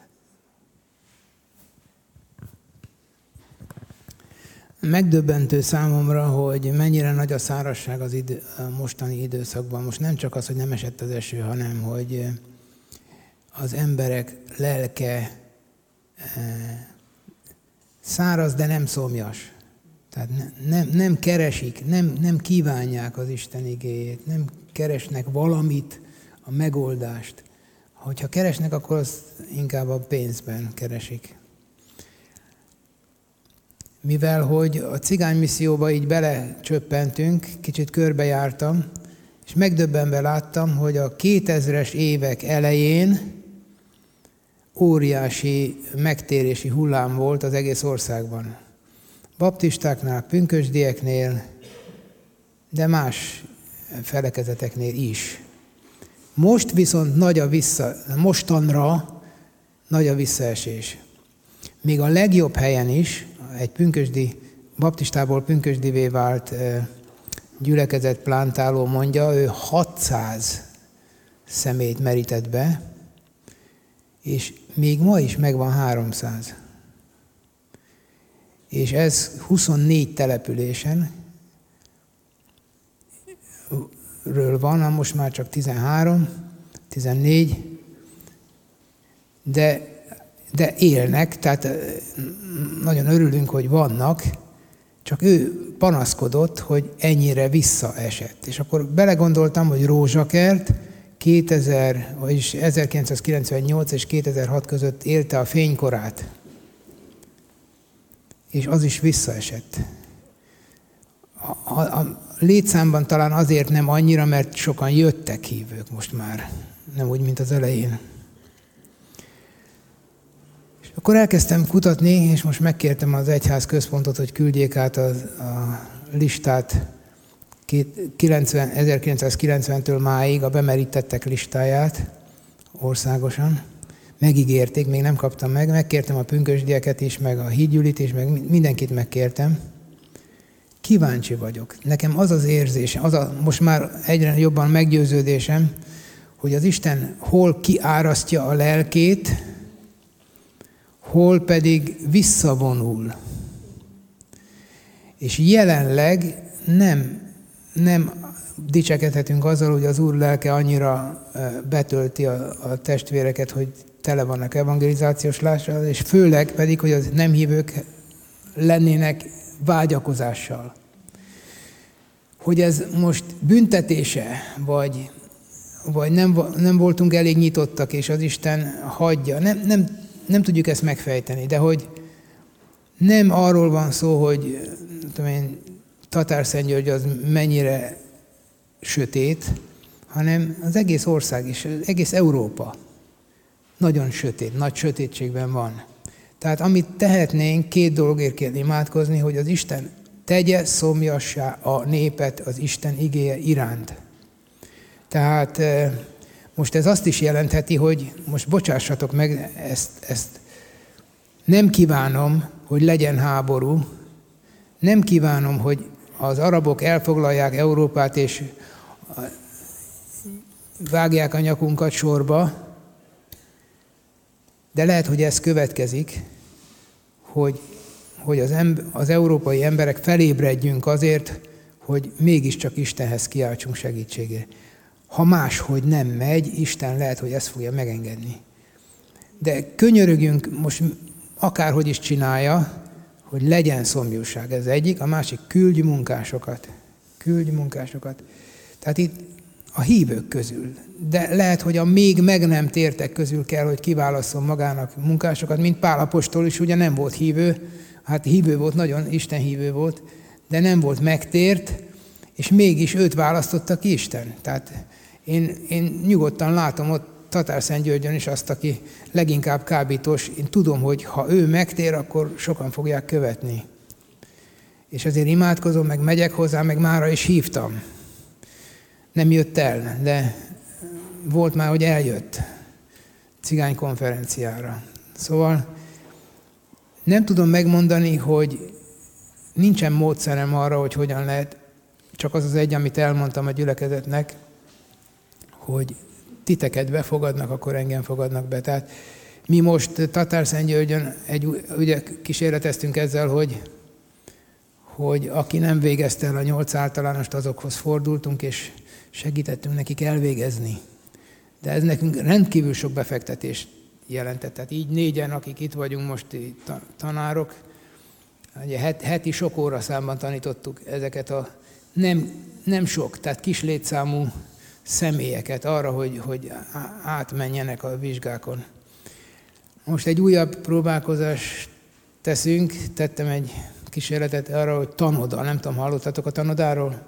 Megdöbbentő számomra, hogy mennyire nagy a szárazság a mostani időszakban. Most nem csak az, hogy nem esett az eső, hanem hogy az emberek lelke száraz, de nem szomjas. Tehát nem keresik, nem kívánják az Isten igéjét, nem keresnek valamit, a megoldást. Hogyha keresnek, akkor azt inkább a pénzben keresik. Mivel, hogy a cigánymisszióba így belecsöppentünk, kicsit körbejártam, és megdöbbenve láttam, hogy a 2000-es évek elején óriási megtérési hullám volt az egész országban. Baptistáknál, pünkösdieknél, de más felekezeteknél is. Most viszont mostanra nagy a visszaesés. Még a legjobb helyen is, egy baptistából pünkösdivé vált gyülekezet plántáló mondja, ő 600 személyt merített be, és még ma is megvan 300. És ez 24 településen van, most már csak 13, 14, de élnek, tehát nagyon örülünk, hogy vannak, csak ő panaszkodott, hogy ennyire visszaesett. És akkor belegondoltam, hogy Rózsakert 1998 és 2006 között élte a fénykorát, és az is visszaesett. A létszámban talán azért nem annyira, mert sokan jöttek hívők most már, nem úgy, mint az elején. És akkor elkezdtem kutatni, és most megkértem az egyház központot, hogy küldjék át a listát 1990-től máig, a bemerítettek listáját országosan. megígérték, még nem kaptam meg, megkértem a pünkösdieket is, meg a hídgyülit is, meg mindenkit megkértem. Kíváncsi vagyok. Nekem az az érzésem, most már egyre jobban meggyőződésem, hogy az Isten hol kiárasztja a lelkét, hol pedig visszavonul. És jelenleg nem dicsekedhetünk azzal, hogy az Úr lelke annyira betölti a testvéreket, hogy tele vannak evangelizációs lással, és főleg pedig, hogy az nem hívők lennének vágyakozással. Hogy ez most büntetése, vagy nem voltunk elég nyitottak, és az Isten hagyja. Nem tudjuk ezt megfejteni, de hogy nem arról van szó, hogy Tatárszentgyörgy az mennyire sötét, hanem az egész ország is, az egész Európa nagyon sötét, nagy sötétségben van. Tehát amit tehetnénk, 2 dologért kell imádkozni, hogy az Isten tegye szomjassá a népet az Isten igéje iránt. Tehát most ez azt is jelentheti, hogy most bocsássatok meg, ezt nem kívánom, hogy legyen háború, nem kívánom, hogy az arabok elfoglalják Európát és vágják a nyakunkat sorba, de lehet, hogy ez következik, hogy az európai emberek felébredjünk azért, hogy mégiscsak Istenhez kiáltsunk segítségére. Ha máshogy nem megy, Isten lehet, hogy ezt fogja megengedni. De könyörögjünk most akárhogy is csinálja, hogy legyen szomjúság. Ez egyik, a másik küldj munkásokat. Küldj munkásokat. Tehát itt a hívők közül. De lehet, hogy a még meg nem tértek közül kell, hogy kiválasszon magának munkásokat, mint Pál apostol is, ugye nem volt hívő, hát hívő volt, nagyon Isten hívő volt, de nem volt megtért, és mégis őt választotta ki Isten. Tehát én nyugodtan látom ott Tatárszentgyörgyön is azt, aki leginkább kábítós. Én tudom, hogy ha ő megtér, akkor sokan fogják követni. És azért imádkozom, meg megyek hozzá, meg mára is hívtam. Nem jött el, de volt már, hogy eljött cigány konferenciára. Szóval nem tudom megmondani, hogy nincsen módszerem arra, hogy hogyan lehet, csak az az egy, amit elmondtam a gyülekezetnek, hogy titeket befogadnak, akkor engem fogadnak be. Tehát mi most Tatárszentgyörgyön ugye kísérleteztünk ezzel, hogy aki nem végezte el a 8 általánost, azokhoz fordultunk, és segítettünk nekik elvégezni. De ez nekünk rendkívül sok befektetést jelentett. Tehát így 4-en, akik itt vagyunk most tanárok, ugye heti sok óraszámban tanítottuk ezeket a nem sok, tehát kis létszámú személyeket arra, hogy átmenjenek a vizsgákon. Most egy újabb próbálkozást tettem egy kísérletet arra, hogy tanoda, nem tudom, hallottatok a tanodáról?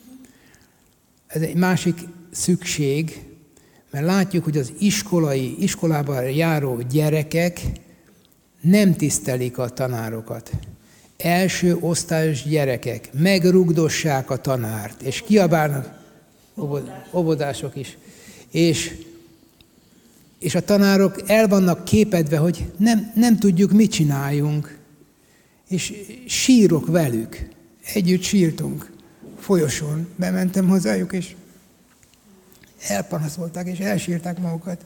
Ez egy másik szükség, mert látjuk, hogy az iskolában járó gyerekek nem tisztelik a tanárokat. Első osztályos gyerekek megrugdossák a tanárt, és kiabálnak, óvodások is. És a tanárok el vannak képedve, hogy nem tudjuk, mit csináljunk. És sírok velük. Együtt sírtunk. Folyosón bementem hozzájuk, és elpanaszolták, és elsírták magukat.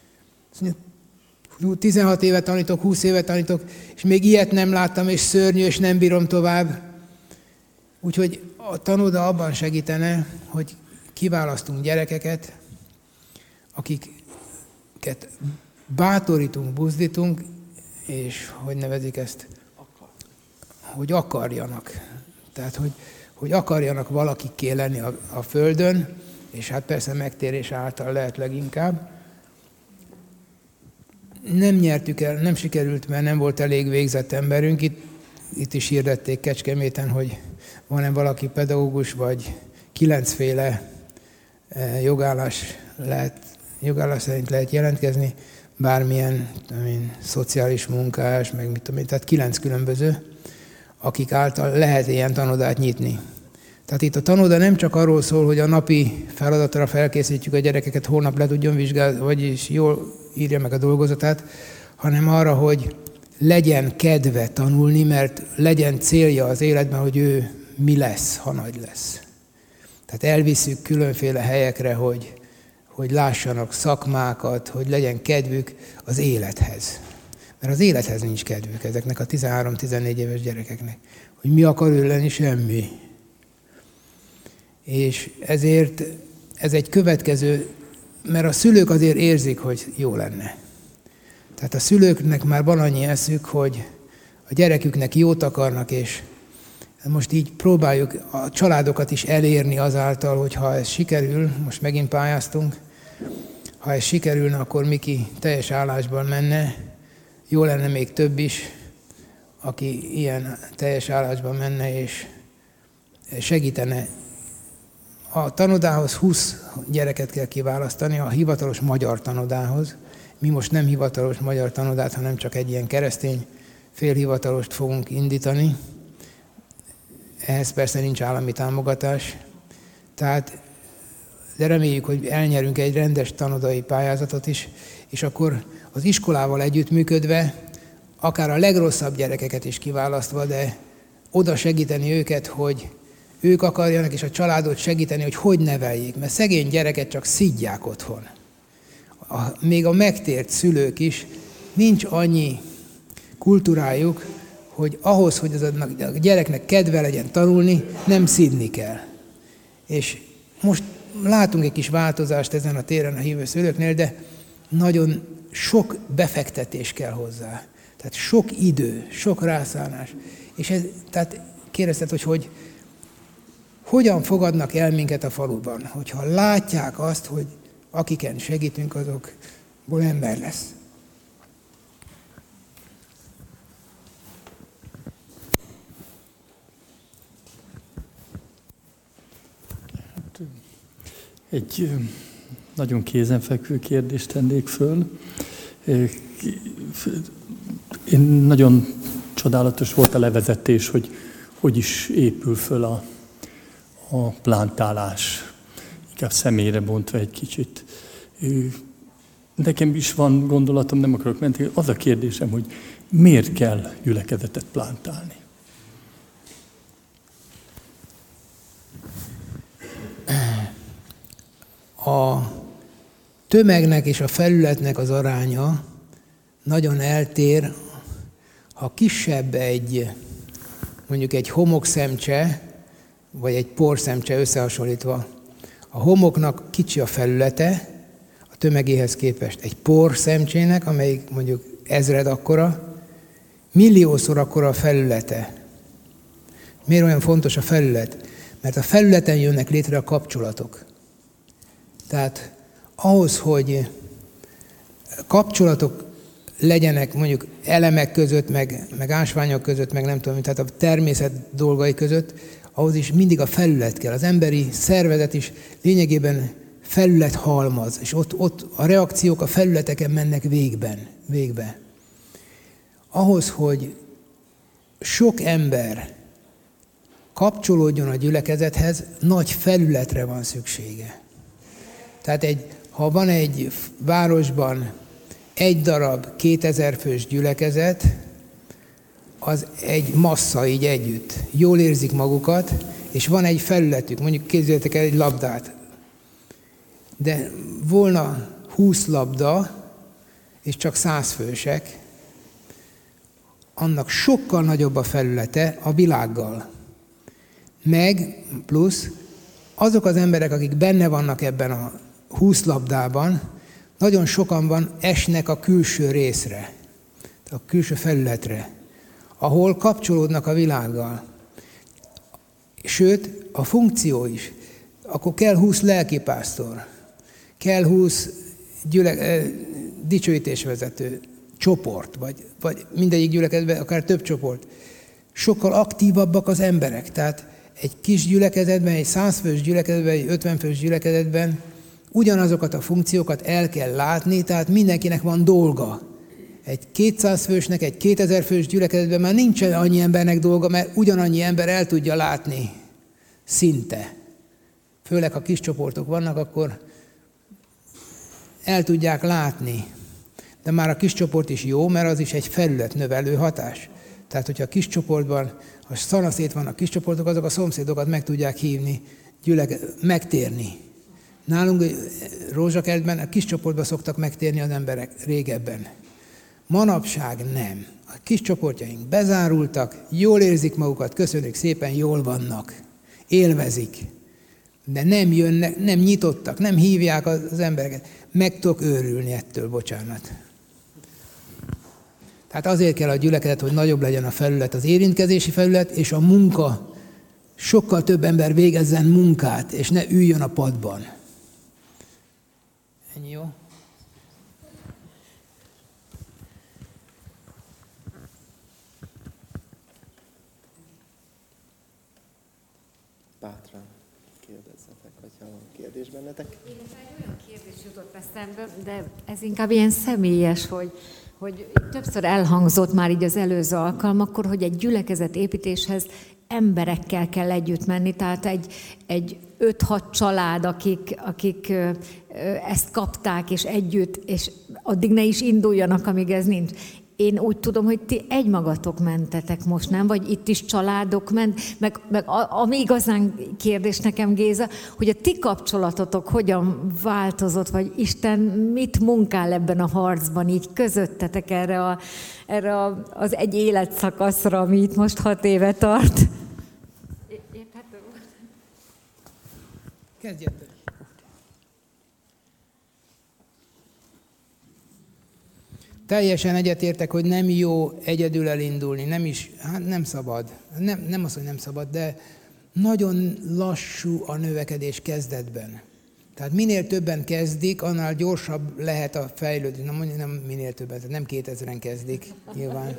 16 éve tanítok, 20 éve tanítok, és még ilyet nem láttam, és szörnyű, és nem bírom tovább. Úgyhogy a tanoda abban segítene, hogy kiválasztunk gyerekeket, akiket bátorítunk, buzdítunk, és hogy nevezik ezt? Hogy akarjanak. Tehát, hogy akarjanak valakikké lenni a földön, és hát persze megtérés által lehet leginkább. Nem nyertük el, nem sikerült, mert nem volt elég végzett emberünk. Itt is hirdették Kecskeméten, hogy van-e valaki pedagógus, vagy 9 féle jogállás szerint lehet jelentkezni, bármilyen szociális munkás, meg mit tudom én, tehát 9 különböző, akik által lehet ilyen tanodát nyitni. Tehát itt a tanoda nem csak arról szól, hogy a napi feladatra felkészítjük a gyerekeket, holnap le tudjon vizsgálni, vagyis jól írja meg a dolgozatát, hanem arra, hogy legyen kedve tanulni, mert legyen célja az életben, hogy ő mi lesz, ha nagy lesz. Tehát elviszük különféle helyekre, hogy lássanak szakmákat, hogy legyen kedvük az élethez. Mert az élethez nincs kedvük ezeknek a 13-14 éves gyerekeknek. Hogy mi akar ő lenni, semmi. És ezért ez egy következő, mert a szülők azért érzik, hogy jó lenne. Tehát a szülőknek már van annyi eszük, hogy a gyereküknek jót akarnak, és most így próbáljuk a családokat is elérni azáltal, hogy ha ez sikerül, most megint pályáztunk, ha ez sikerülne, akkor Miki teljes állásban menne, jó lenne még több is, aki ilyen teljes állásban menne és segítene. A tanodához 20 gyereket kell kiválasztani, a hivatalos magyar tanodához. Mi most nem hivatalos magyar tanodát, hanem csak egy ilyen keresztény félhivatalost fogunk indítani. Ehhez persze nincs állami támogatás. Tehát, de reméljük, hogy elnyerünk egy rendes tanodai pályázatot is, és akkor az iskolával együttműködve, akár a legrosszabb gyerekeket is kiválasztva, de oda segíteni őket, hogy ők akarjanak, és a családot segíteni, hogy neveljék. Mert szegény gyereket csak szidják otthon. Még a megtért szülők is, nincs annyi kultúrájuk, hogy ahhoz, hogy az a gyereknek kedve legyen tanulni, nem szidni kell. És most látunk egy kis változást ezen a téren a hívő szülőknél, de nagyon sok befektetés kell hozzá. Tehát sok idő, sok rászánás. És ez, tehát kérdezted, hogy hogyan fogadnak el minket a faluban, hogyha látják azt, hogy akiken segítünk, azokból ember lesz. Egy nagyon kézenfekvő kérdést tennék föl. Én nagyon csodálatos volt a levezetés, hogy is épül föl a plántálás. Inkább személyre bontva egy kicsit. Nekem is van gondolatom, nem akarok menni. Az a kérdésem, hogy miért kell gyülekezetet plántálni? A tömegnek és a felületnek az aránya nagyon eltér, ha kisebb mondjuk egy homokszemcse, vagy egy porszemcse összehasonlítva. A homoknak kicsi a felülete, a tömegéhez képest egy porszemcsének, amelyik mondjuk 1000 akkora, milliószor akkora a felülete. Miért olyan fontos a felület? Mert a felületen jönnek létre a kapcsolatok. Tehát ahhoz, hogy kapcsolatok legyenek mondjuk elemek között, meg ásványok között, meg nem tudom, tehát a természet dolgai között, ahhoz is mindig a felület kell. Az emberi szervezet is lényegében felület halmaz, és ott a reakciók a felületeken mennek végbe. Ahhoz, hogy sok ember kapcsolódjon a gyülekezethez, nagy felületre van szüksége. Tehát ha van egy városban egy darab 2000 fős gyülekezet, az egy massza így együtt. Jól érzik magukat, és van egy felületük, mondjuk képzeljétek el egy labdát. De volna 20 labda, és csak 100 fősek, annak sokkal nagyobb a felülete a világgal. Meg plusz azok az emberek, akik benne vannak ebben a 20 labdában, nagyon sokan esnek a külső részre, a külső felületre, ahol kapcsolódnak a világgal. Sőt, a funkció is. Akkor kell 20 lelkipásztor, kell 20 dicsőítésvezető csoport, vagy mindegyik gyülekezetben akár több csoport. Sokkal aktívabbak az emberek. Tehát egy kis gyülekezetben, egy 100 fős gyülekezetben, egy 50 fős gyülekezetben ugyanazokat a funkciókat el kell látni, tehát mindenkinek van dolga. Egy 200 fősnek, egy 2000 fős gyülekezetben már nincsen annyi embernek dolga, mert ugyanannyi ember el tudja látni szinte. Főleg, ha kis csoportok vannak, akkor el tudják látni. de már a kis csoport is jó, mert az is egy felületnövelő hatás. Tehát, hogyha a kis csoportban, ha szanaszét van a kis csoportok, azok a szomszédokat meg tudják hívni, megtérni. Nálunk Rózsakertben a kis csoportban szoktak megtérni az emberek régebben. Manapság nem. A kis csoportjaink bezárultak, jól érzik magukat, köszönjük szépen, jól vannak, élvezik. De nem jönnek, nem nyitottak, nem hívják az embereket. Meg tudok őrülni ettől, bocsánat. Tehát azért kell a gyülekezet, hogy nagyobb legyen a felület, az érintkezési felület, és a munka, sokkal több ember végezzen munkát, és ne üljön a padban. Ennyi jó? Bátran kérdezzetek, hogyha van kérdés bennetek. Én egy olyan kérdés jutott eszembe, de ez inkább ilyen személyes, hogy többször elhangzott már így az előző alkalmakkor, hogy egy gyülekezet építéshez emberekkel kell együtt menni, tehát egy 5-6 család, akik ezt kapták, és együtt, és addig ne is induljanak, amíg ez nincs. Én úgy tudom, hogy ti egymagatok mentetek most, nem? Vagy itt is családok ment? Meg ami igazán kérdés nekem, Géza, hogy a ti kapcsolatotok hogyan változott, vagy Isten mit munkál ebben a harcban, így közöttetek erre az egy életszakaszra, ami itt most 6 éve tart? Érthető? Kezdjetek. Teljesen egyetértek, hogy nem jó egyedül elindulni, nem szabad. Nem az, hogy nem szabad, de nagyon lassú a növekedés kezdetben. Tehát minél többen kezdik, annál gyorsabb lehet a fejlődés. Nem minél többen, tehát nem 2000-en kezdik nyilván,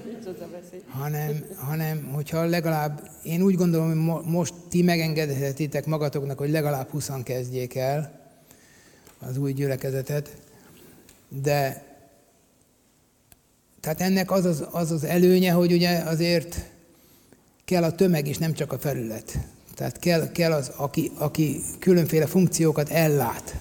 hanem hogyha legalább, én úgy gondolom, hogy most ti megengedhetitek magatoknak, hogy legalább 20-an kezdjék el az új gyülekezetet, de tehát ennek az előnye, hogy ugye azért kell a tömeg is, nem csak a felület. Tehát kell az, aki különféle funkciókat ellát.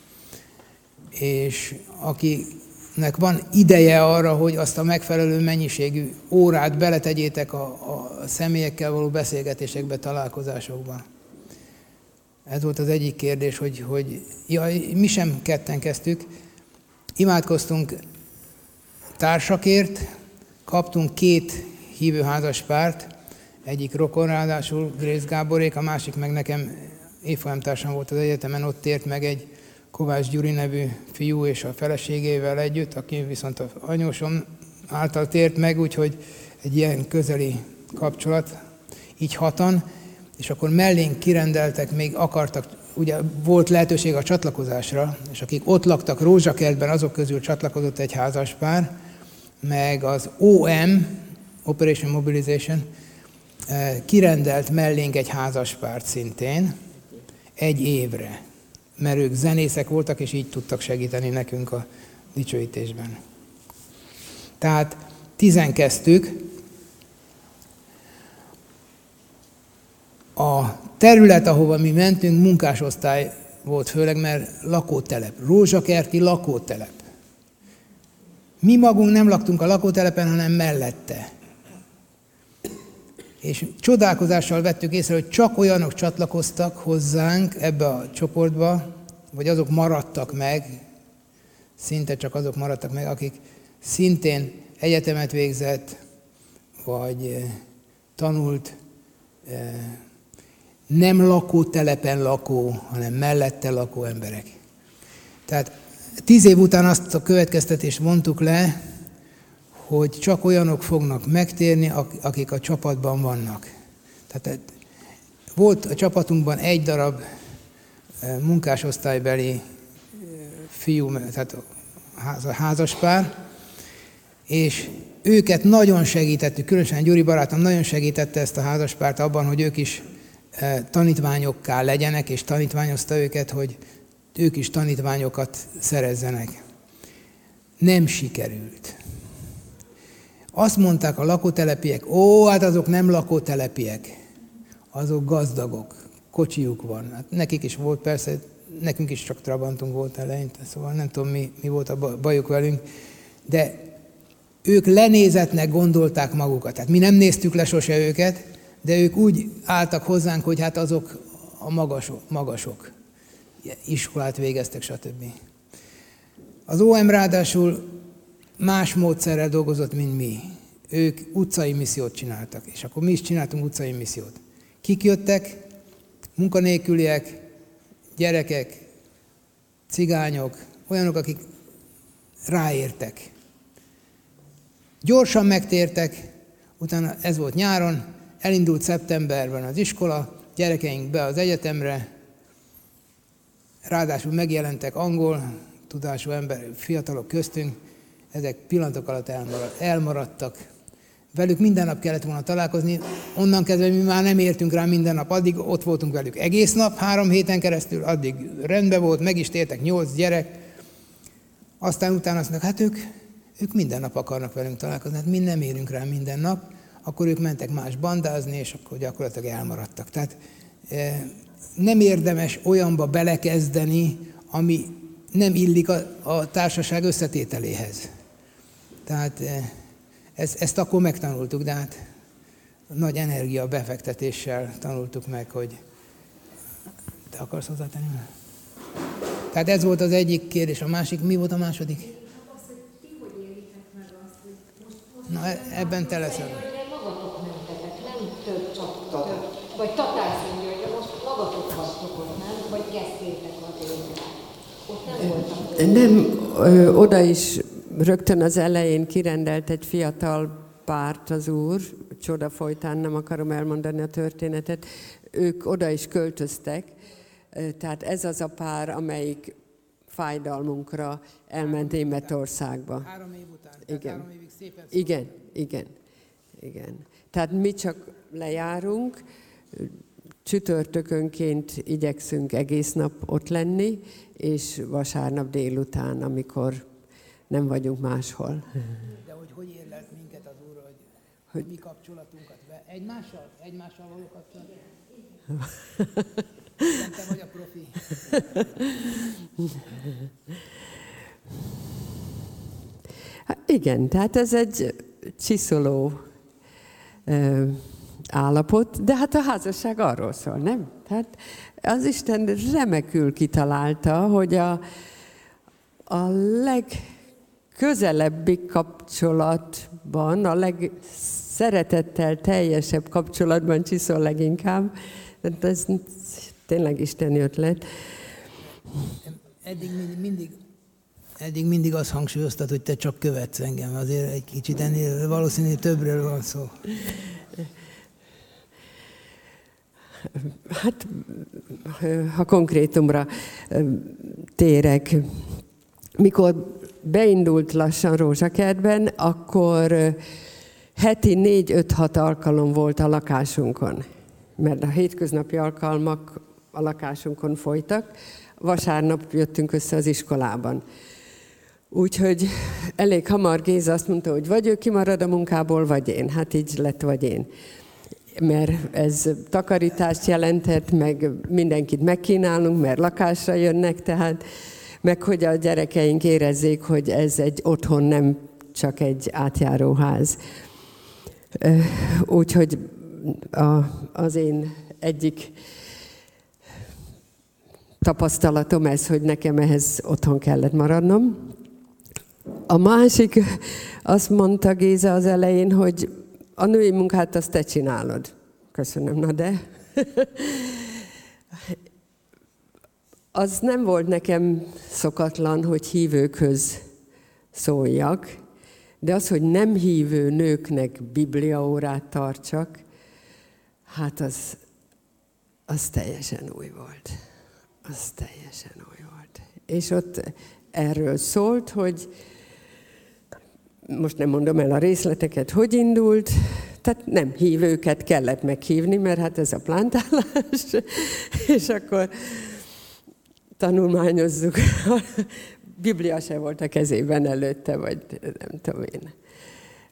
És akinek van ideje arra, hogy azt a megfelelő mennyiségű órát beletegyétek a személyekkel való beszélgetésekbe, találkozásokba. Ez volt az egyik kérdés, hogy mi sem ketten kezdtük. Imádkoztunk társakért, kaptunk 2 hívő házaspárt, egyik rokon, ráadásul Grész Gáborék, a másik meg nekem évfolyamtársam volt az egyetemen, ott tért meg egy Kovács Gyuri nevű fiú és a feleségével együtt, aki viszont az anyósom által tért meg, úgyhogy egy ilyen közeli kapcsolat, így 6-an, és akkor mellénk kirendeltek, még akartak, ugye volt lehetőség a csatlakozásra, és akik ott laktak Rózsakertben, azok közül csatlakozott egy házaspár, meg az OM, Operation Mobilization, kirendelt mellénk egy házaspárt szintén, 1 évre, mert ők zenészek voltak, és így tudtak segíteni nekünk a dicsőítésben. Tehát 10 kezdtük. A terület, ahova mi mentünk, munkásosztály volt főleg, mert lakótelep, rózsakerti lakótelep. Mi magunk nem laktunk a lakótelepen, hanem mellette. És csodálkozással vettük észre, hogy csak olyanok csatlakoztak hozzánk ebbe a csoportba, vagy azok maradtak meg, szinte csak azok maradtak meg, akik szintén egyetemet végzett, vagy tanult, nem lakótelepen lakó, hanem mellette lakó emberek. Tehát 10 év után azt a következtetést mondtuk le, hogy csak olyanok fognak megtérni, akik a csapatban vannak. Tehát volt a csapatunkban 1 darab munkásosztálybeli fiú, tehát házaspár, és őket nagyon segítettük, különösen Gyuri barátom nagyon segítette ezt a házaspárt abban, hogy ők is tanítványokká legyenek, és tanítványozta őket, hogy ők is tanítványokat szerezzenek. Nem sikerült. Azt mondták a lakótelepiek, hát azok nem lakótelepiek, azok gazdagok, kocsijuk van. Hát nekik is volt persze, nekünk is csak trabantunk volt eleinte, szóval nem tudom mi volt a bajuk velünk, de ők lenézetnek gondolták magukat. Tehát mi nem néztük le sose őket, de ők úgy álltak hozzánk, hogy hát azok a magasok. Iskolát végeztek, stb. Az OM ráadásul más módszerrel dolgozott, mint mi. Ők utcai missziót csináltak, és akkor mi is csináltunk utcai missziót. Kik jöttek? Munkanélküliek, gyerekek, cigányok, olyanok, akik ráértek. Gyorsan megtértek, utána ez volt nyáron, elindult szeptemberben az iskola, gyerekeink be az egyetemre, ráadásul megjelentek angol tudású fiatalok köztünk, ezek pillanatok alatt elmaradtak. Velük minden nap kellett volna találkozni, onnan kezdve mi már nem értünk rá minden nap, addig ott voltunk velük egész nap, 3 héten keresztül, addig rendben volt, meg is tértek 8 gyerek, aztán utána azt mondták, hát ők minden nap akarnak velünk találkozni, hát mi nem érünk rá minden nap, akkor ők mentek más bandázni, és akkor gyakorlatilag elmaradtak. Tehát nem érdemes olyanba belekezdeni, ami nem illik a társaság összetételéhez. Tehát ezt akkor megtanultuk, de hát nagy energia befektetéssel tanultuk meg, hogy te akarsz hozzátenni? Tehát ez volt az egyik kérdés. A másik, mi volt a második? Az, hogy ti hogy élitek meg azt, hogy most Na, ebben te leszel. Magatok mentetek, nem több csak több. Vagy Tatárszentgyörgyön, most magatok vagytok ott, nem? Vagy kezdtétek az életet. Ott nem voltak. Nem, oda is rögtön az elején kirendelt egy fiatal párt az úr, csoda folytán, nem akarom elmondani a történetet, ők oda is költöztek, tehát ez az a pár, amelyik fájdalmunkra elment Németországba. 3 év után, igen. 3 évig szépen Igen. Tehát mi csak lejárunk, csütörtökönként igyekszünk egész nap ott lenni, és vasárnap délután, amikor nem vagyunk máshol. De hogy érlelt minket az Úr, hogy mi kapcsolatunkat egymással való kapcsolat? Te vagy a profi. Igen, tehát ez egy csiszoló állapot, de hát a házasság arról szól, nem? Tehát az Isten remekül kitalálta, hogy a legközelebbi kapcsolatban, a legszeretettel teljesebb kapcsolatban csiszol leginkább. Ez tényleg isteni ötlet. Eddig mindig azt hangsúlyoztad, hogy te csak követsz engem. Azért egy kicsit ennél valószínűleg többről van szó. Hát, ha konkrétumra térek, mikor beindult lassan Rózsakertben, akkor heti 4-5-6 alkalom volt a lakásunkon, mert a hétköznapi alkalmak a lakásunkon folytak, vasárnap jöttünk össze az iskolában. Úgyhogy elég hamar Géza azt mondta, hogy vagy ő kimarad a munkából, vagy én. Hát így lett, vagy én. Mert ez takarítást jelentett, meg mindenkit megkínálunk, mert lakásra jönnek, tehát meg hogy a gyerekeink érezzék, hogy ez egy otthon, nem csak egy átjáróház. Úgyhogy az én egyik tapasztalatom ez, hogy nekem ehhez otthon kellett maradnom. A másik, azt mondta Géza az elején, hogy a női munkát azt te csinálod. Köszönöm, na de. Az nem volt nekem szokatlan, hogy hívőkhöz szóljak, de az, hogy nem hívő nőknek bibliaórát tartsak, hát az teljesen új volt. Az teljesen új volt. És ott erről szólt, hogy most nem mondom el a részleteket, hogy indult, tehát nem hívőket kellett meghívni, mert hát ez a plántálás, és akkor tanulmányozzuk. A Biblia se volt a kezében előtte, vagy nem tudom én.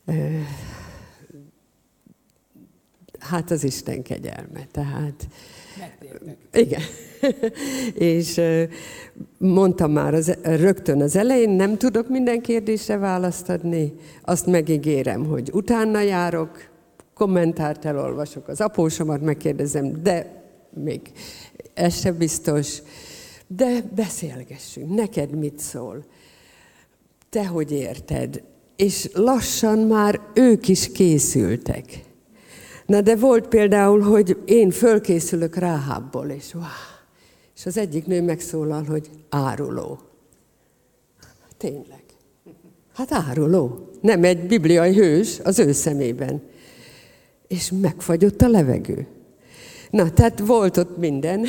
Hát az Isten kegyelme. Tehát Megtértek. Igen. És mondtam már rögtön az elején, nem tudok minden kérdésre választ adni, azt megígérem, hogy utána járok, kommentárt elolvasok, az apósomat megkérdezem, de még ez sem biztos, de beszélgessünk, neked mit szól, te hogy érted, és lassan már ők is készültek. Na de volt például, hogy én fölkészülök Ráhábból, és az egyik nő megszólal, hogy áruló. Tényleg. Hát áruló. Nem egy bibliai hős az ő szemében. És megfagyott a levegő. Na, tehát volt ott minden,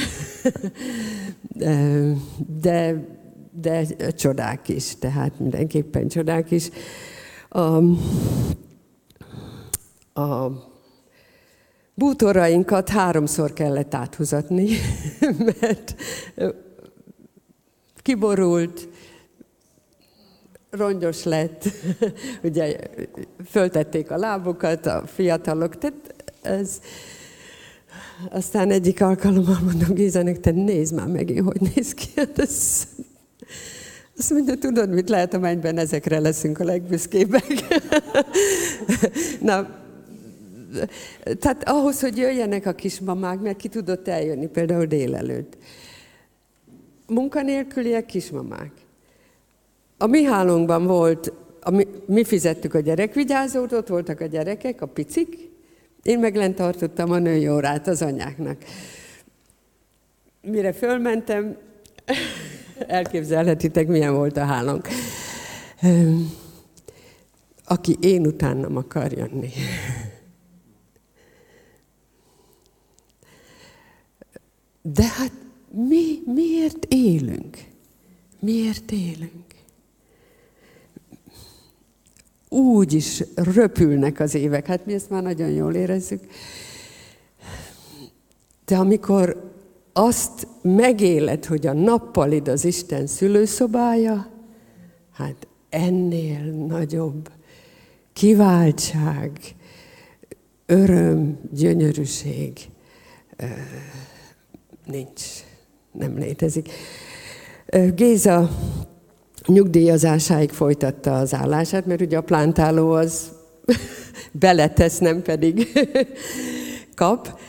de csodák is, tehát mindenképpen csodák is. A bútorainkat 3-szor kellett áthúzatni, mert kiborult, rongyos lett, ugye föltették a lábukat a fiatalok, tehát ez... Aztán egyik alkalommal mondom Gézának, te nézd már megint, hogy néz ki. Azt mondja, tudod, mit lehet a mennyben, ezekre leszünk a legbüszkébbek. Na, tehát ahhoz, hogy jöjjenek a kismamák, mert ki tudott eljönni például délelőtt. Munkanélküliek kismamák. A mi hálónkban volt, mi fizettük a gyerekvigyázót, ott voltak a gyerekek, a picik, én meg lent tartottam a női órát az anyáknak. Mire fölmentem, elképzelhetitek, milyen volt a hálónk. Aki én utánam akar jönni. De hát miért élünk? Miért élünk? Úgy is röpülnek az évek, hát mi ezt már nagyon jól érezzük. De amikor azt megéled, hogy a nappalid az Isten szülőszobája, hát ennél nagyobb kiváltság, öröm, gyönyörűség nincs, nem létezik. Géza nyugdíjazásáig folytatta az állását, mert ugye a plántáló az beletesz, nem pedig kap.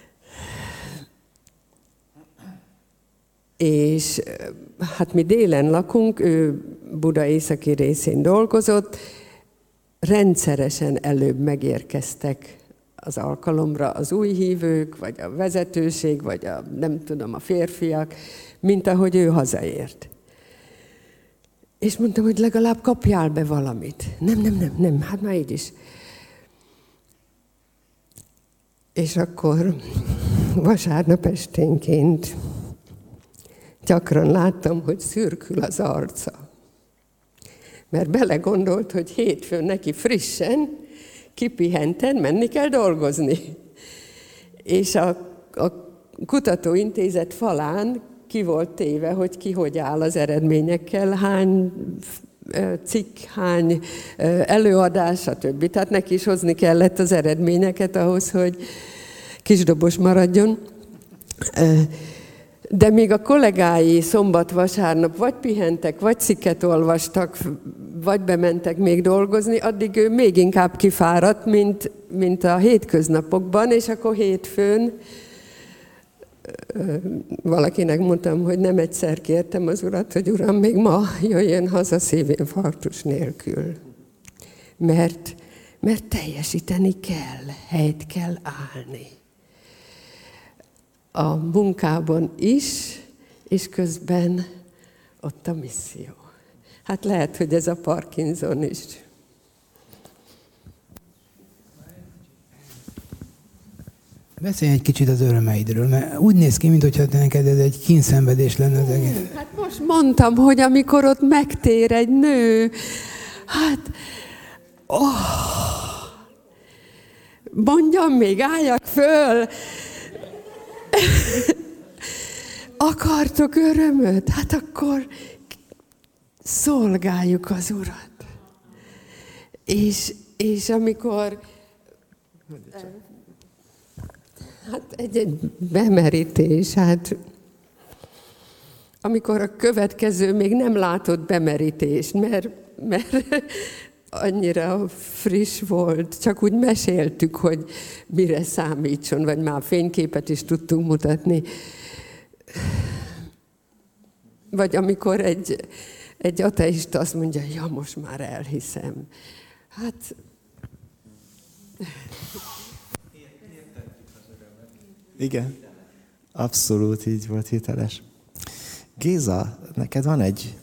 És hát mi délen lakunk, ő Buda északi részén dolgozott, rendszeresen előbb megérkeztek az alkalomra az új hívők, vagy a vezetőség, vagy a férfiak, mint ahogy ő hazaért. És mondtam, hogy legalább kapjál be valamit. Nem, hát már így is. És akkor vasárnap esténként gyakran láttam, hogy szürkül az arca. Mert belegondolt, hogy hétfőn neki frissen, kipihenten menni kell dolgozni. És a kutatóintézet falán ki volt téve, hogy ki hogy áll az eredményekkel, hány cikk, hány előadás, stb. Tehát neki is hozni kellett az eredményeket ahhoz, hogy kisdobos maradjon. De még a kollégái szombat-vasárnap vagy pihentek, vagy cikket olvastak, vagy bementek még dolgozni, addig ő még inkább kifáradt, mint a hétköznapokban, és akkor hétfőn valakinek mondtam, hogy nem egyszer kértem az Urat, hogy Uram, még ma jöjjön haza szívinfarktus nélkül. Mert teljesíteni kell, helyt kell állni. A munkában is, és közben ott a misszió. Hát lehet, hogy ez a Parkinson is. Beszélj egy kicsit az örömeidről, mert úgy néz ki, mintha neked ez egy kínszenvedés lenne az egész. Hát most mondtam, hogy amikor ott megtér egy nő, hát... mondjam még, álljak föl! Akartok örömöt? Hát akkor szolgáljuk az Urat. És amikor... Hát egy bemerítés, hát amikor a következő még nem látott bemerítést, mert annyira friss volt, csak úgy meséltük, hogy mire számítson, vagy már fényképet is tudtunk mutatni. Vagy amikor egy ateista azt mondja, ja, most már elhiszem. Hát... Igen, abszolút így volt, hiteles. Géza, neked van egy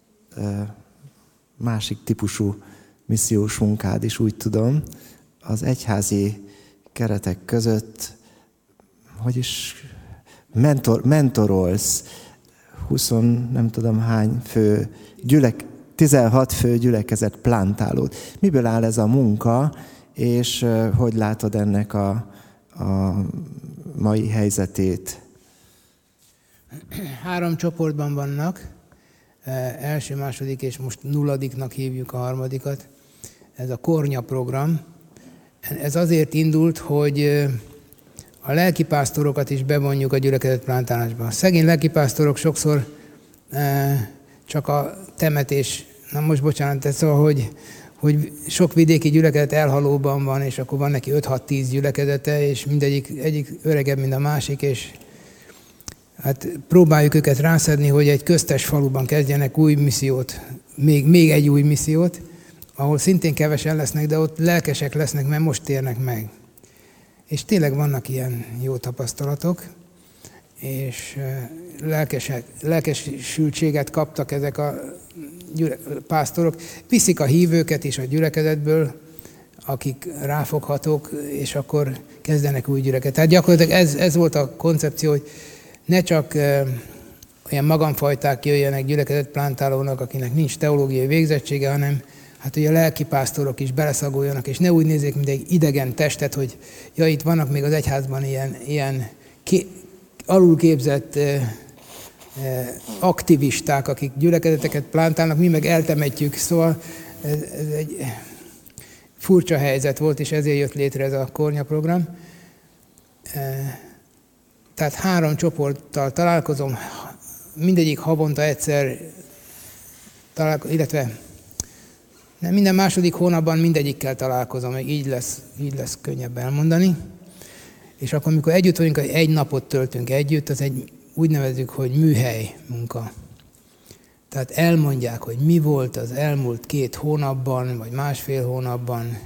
másik típusú missziós munkád is, úgy tudom, az egyházi keretek között, hogy is mentorolsz 20 nem tudom hány fő 16 fő gyülekezet plántálót. Miből áll ez a munka, és hogy látod ennek a mai helyzetét? 3 csoportban vannak, első, második és most 0. hívjuk a harmadikat. Ez a Kornya program. Ez azért indult, hogy a lelkipásztorokat is bevonjuk a gyülekezet plántálásba. A szegény lelkipásztorok sokszor csak a temetés, na most bocsánat, ez szóval, hogy sok vidéki gyülekezet elhalóban van, és akkor van neki 5-6-10 gyülekezete, és egyik öregebb, mint a másik, és hát próbáljuk őket rászedni, hogy egy köztes faluban kezdjenek új missziót, még egy új missziót, ahol szintén kevesen lesznek, de ott lelkesek lesznek, mert most térnek meg. És tényleg vannak ilyen jó tapasztalatok, és lelkesültséget kaptak ezek a pásztorok. Viszik a hívőket is a gyülekezetből, akik ráfoghatók, és akkor kezdenek új gyülekezetet. Tehát gyakorlatilag ez volt a koncepció, hogy ne csak olyan magamfajták jöjjenek gyülekezetplántálónak, akinek nincs teológiai végzettsége, hanem hát ugye a lelkipásztorok is beleszagoljanak, és ne úgy nézzék, mint egy idegen testet, hogy ja, itt vannak még az egyházban ilyen alulképzett aktivisták, akik gyülekezeteket plántálnak, mi meg eltemetjük. Szóval ez egy furcsa helyzet volt, és ezért jött létre ez a Kornya program. Tehát 3 csoporttal találkozom, mindegyik havonta egyszer találkozom, illetve nem, minden második hónapban mindegyikkel találkozom, így lesz könnyebb elmondani. És akkor, amikor együtt vagyunk, egy napot töltünk együtt, az egy úgy nevezzük, hogy műhely munka. Tehát elmondják, hogy mi volt az elmúlt 2 hónapban, vagy másfél hónapban,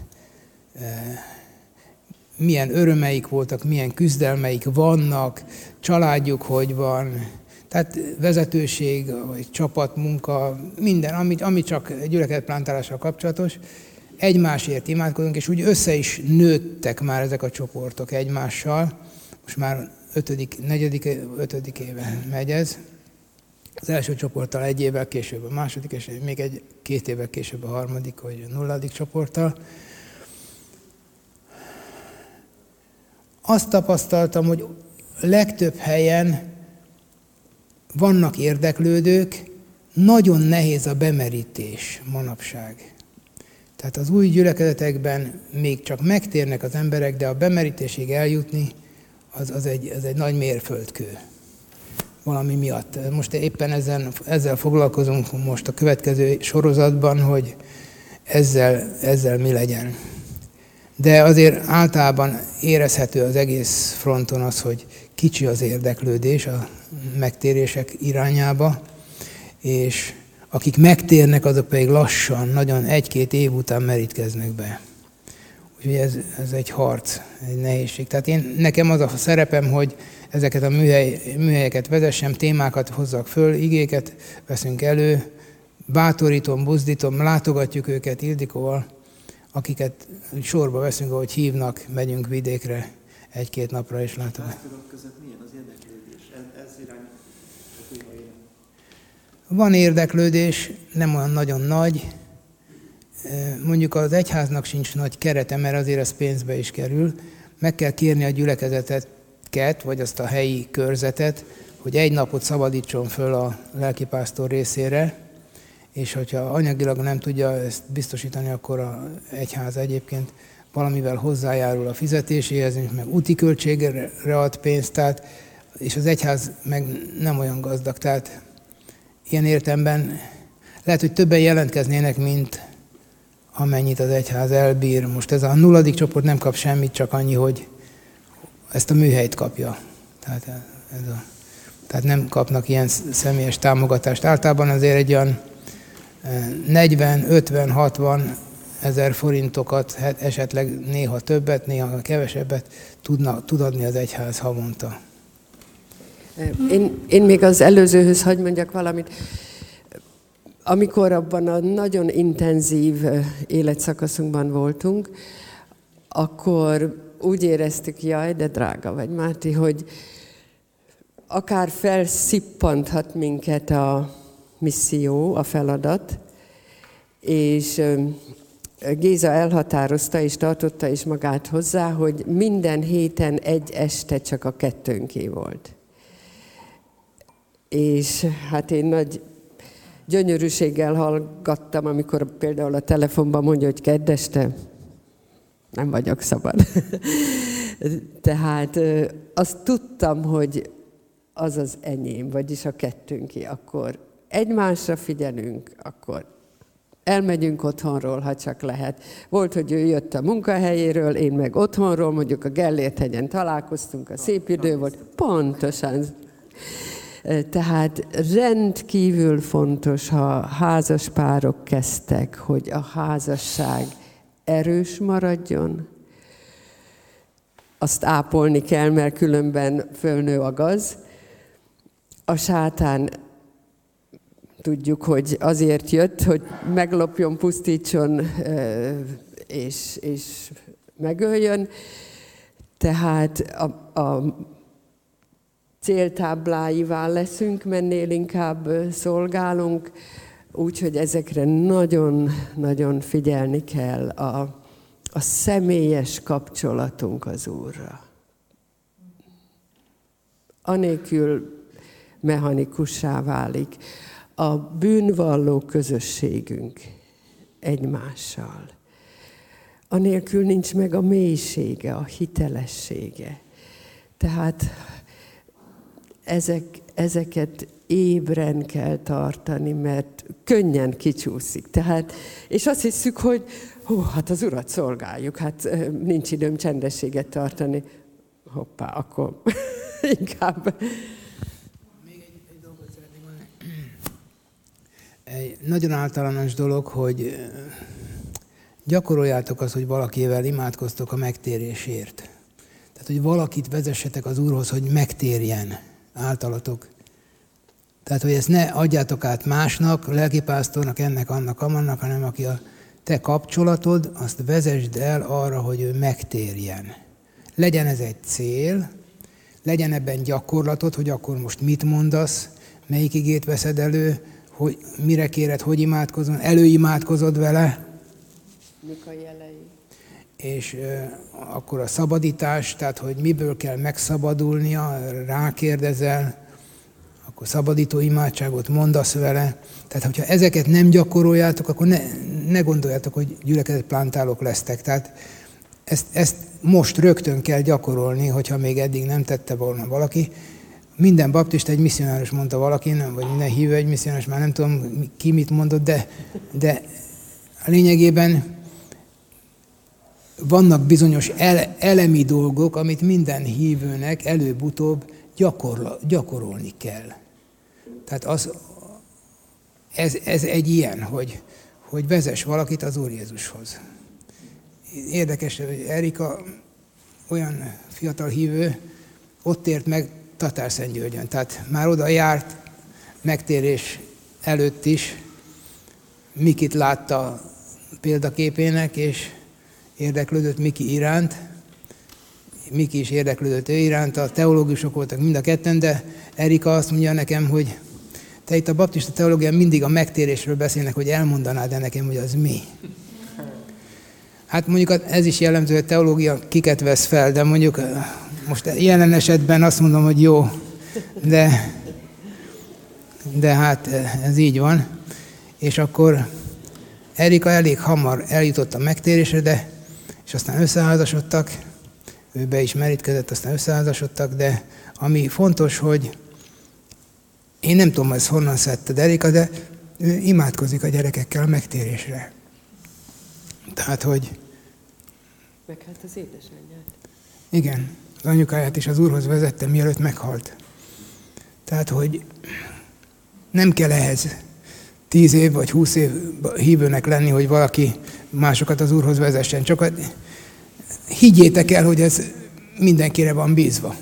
milyen örömeik voltak, milyen küzdelmeik vannak, családjuk hogy van, tehát vezetőség, vagy csapatmunka, minden, ami csak gyülekezetplántálással kapcsolatos. Egymásért imádkozunk, és úgy össze is nőttek már ezek a csoportok egymással. Most már 5. éve megy ez. Az első csoporttal 1 évvel később a második, és még 2 évvel később a harmadik, vagy a 0. csoporttal. Azt tapasztaltam, hogy legtöbb helyen vannak érdeklődők, nagyon nehéz a bemerítés manapság. Tehát az új gyülekezetekben még csak megtérnek az emberek, de a bemerítésig eljutni, az egy nagy mérföldkő. Valami miatt. Most éppen ezzel foglalkozunk most a következő sorozatban, hogy ezzel mi legyen. De azért általában érezhető az egész fronton az, hogy kicsi az érdeklődés a megtérések irányába, és akik megtérnek, azok pedig lassan, nagyon 1-2 év után merítkeznek be. Úgyhogy ez egy harc, egy nehézség. Tehát nekem az a szerepem, hogy ezeket a műhelyeket vezessem, témákat hozzak föl, igéket veszünk elő, bátorítom, buzdítom, látogatjuk őket Ildikóval, akiket sorba veszünk, ahogy hívnak, megyünk vidékre 1-2 napra is látogatni. Pásztorok között milyen az érdeklődés? Ez irány a témaira. Van érdeklődés, nem olyan nagyon nagy. Mondjuk az egyháznak sincs nagy kerete, mert azért ez pénzbe is kerül. Meg kell kérni a gyülekezeteket, vagy azt a helyi körzetet, hogy 1 napot szabadítson föl a lelkipásztor részére, és hogyha anyagilag nem tudja ezt biztosítani, akkor az egyház egyébként valamivel hozzájárul a fizetéséhez, meg úti költségre ad pénzt, tehát, és az egyház meg nem olyan gazdag. Tehát ilyen értelemben lehet, hogy többen jelentkeznének, mint amennyit az egyház elbír. Most ez a 0. csoport nem kap semmit, csak annyi, hogy ezt a műhelyt kapja. Tehát nem kapnak ilyen személyes támogatást. Általában azért egy olyan 40, 50, 60 ezer forintokat, esetleg néha többet, néha kevesebbet tud adni az egyház havonta. Én még az előzőhöz hadd mondjak valamit. Amikor abban a nagyon intenzív életszakaszunkban voltunk, akkor úgy éreztük, jaj, de drága vagy, Máté, hogy akár felszippanthat minket a misszió, a feladat, és Géza elhatározta és tartotta is magát hozzá, hogy minden héten egy este csak a kettőnké volt. És hát én nagy gyönyörűséggel hallgattam, amikor például a telefonban mondja, hogy kedd este nem vagyok szabad. Tehát azt tudtam, hogy az az enyém, vagyis a kettőnké. Akkor egymásra figyelünk, akkor elmegyünk otthonról, ha csak lehet. Volt, hogy ő jött a munkahelyéről, én meg otthonról, mondjuk a Gellért-hegyen találkoztunk, a szép idő volt. Pontosan. Tehát rendkívül fontos, ha házas párok kezdtek, hogy a házasság erős maradjon. Azt ápolni kell, mert különben fölnő a gaz. A sátán tudjuk, hogy azért jött, hogy meglopjon, pusztítson és megöljön. Tehát a céltábláivá leszünk, mennél inkább szolgálunk, úgyhogy ezekre nagyon-nagyon figyelni kell a személyes kapcsolatunk az Úrra. Anélkül mechanikussá válik a bűnvalló közösségünk egymással. Anélkül nincs meg a mélysége, a hitelessége. Tehát ezeket ébren kell tartani, mert könnyen kicsúszik. Tehát, és azt hiszük, hogy hát az Urat szolgáljuk, hát nincs időm csendességet tartani. Hoppá, akkor inkább. Még egy dolgot szeretnék mondani. Egy nagyon általános dolog, hogy gyakoroljátok azt, hogy valakivel imádkoztok a megtérésért. Tehát, hogy valakit vezessetek az Úrhoz, hogy megtérjen általatok. Tehát, hogy ezt ne adjátok át másnak, lelkipásztornak, ennek, annak, amannak, hanem aki a te kapcsolatod, azt vezesd el arra, hogy ő megtérjen. Legyen ez egy cél, legyen ebben gyakorlatod, hogy akkor most mit mondasz, melyik igét veszed elő, hogy mire kéred, hogy imádkozol, előimádkozod vele. Mik a jelei? És akkor a szabadítás, tehát hogy miből kell megszabadulnia, rákérdezel, akkor szabadító imádságot mondasz vele. Tehát, hogyha ezeket nem gyakoroljátok, akkor ne gondoljátok, hogy gyülekezetplántálók lesztek. Tehát ezt most rögtön kell gyakorolni, hogyha még eddig nem tette volna valaki. Minden baptista egy misszionáros, mondta valaki, vagy minden hívő egy misszionáros, már nem tudom ki mit mondott, de a lényegében vannak bizonyos elemi dolgok, amit minden hívőnek előbb-utóbb gyakorolni kell. Tehát ez egy ilyen, hogy vezess valakit az Úr Jézushoz. Érdekes, hogy Erika olyan fiatal hívő, ott ért meg Tatárszentgyörgyön. Tehát már oda járt megtérés előtt is, Mikit látta példaképének, és érdeklődött Miki iránt. Miki is érdeklődött ő iránt, a teológusok voltak mind a ketten, de Erika azt mondja nekem, hogy te itt a baptista teológián mindig a megtérésről beszélnek, hogy elmondanád nekem, hogy az mi. Hát mondjuk ez is jellemző, hogy a teológia kiket vesz fel, de mondjuk most jelen esetben azt mondom, hogy jó, de hát ez így van. És akkor Erika elég hamar eljutott a megtérésre, és és aztán összeházasodtak, ő be is merítkezett, aztán összeházasodtak, de ami fontos, hogy én nem tudom, ez honnan szedted Erika, de ő imádkozik a gyerekekkel a megtérésre. Tehát, hogy... Meg hát az édesanyját. Igen, az anyukáját is az Úrhoz vezette, mielőtt meghalt. Tehát, hogy nem kell ehhez 10 év vagy 20 év hívőnek lenni, hogy valaki másokat az Úrhoz vezessen. Csak higgyétek el, hogy ez mindenkire van bízva.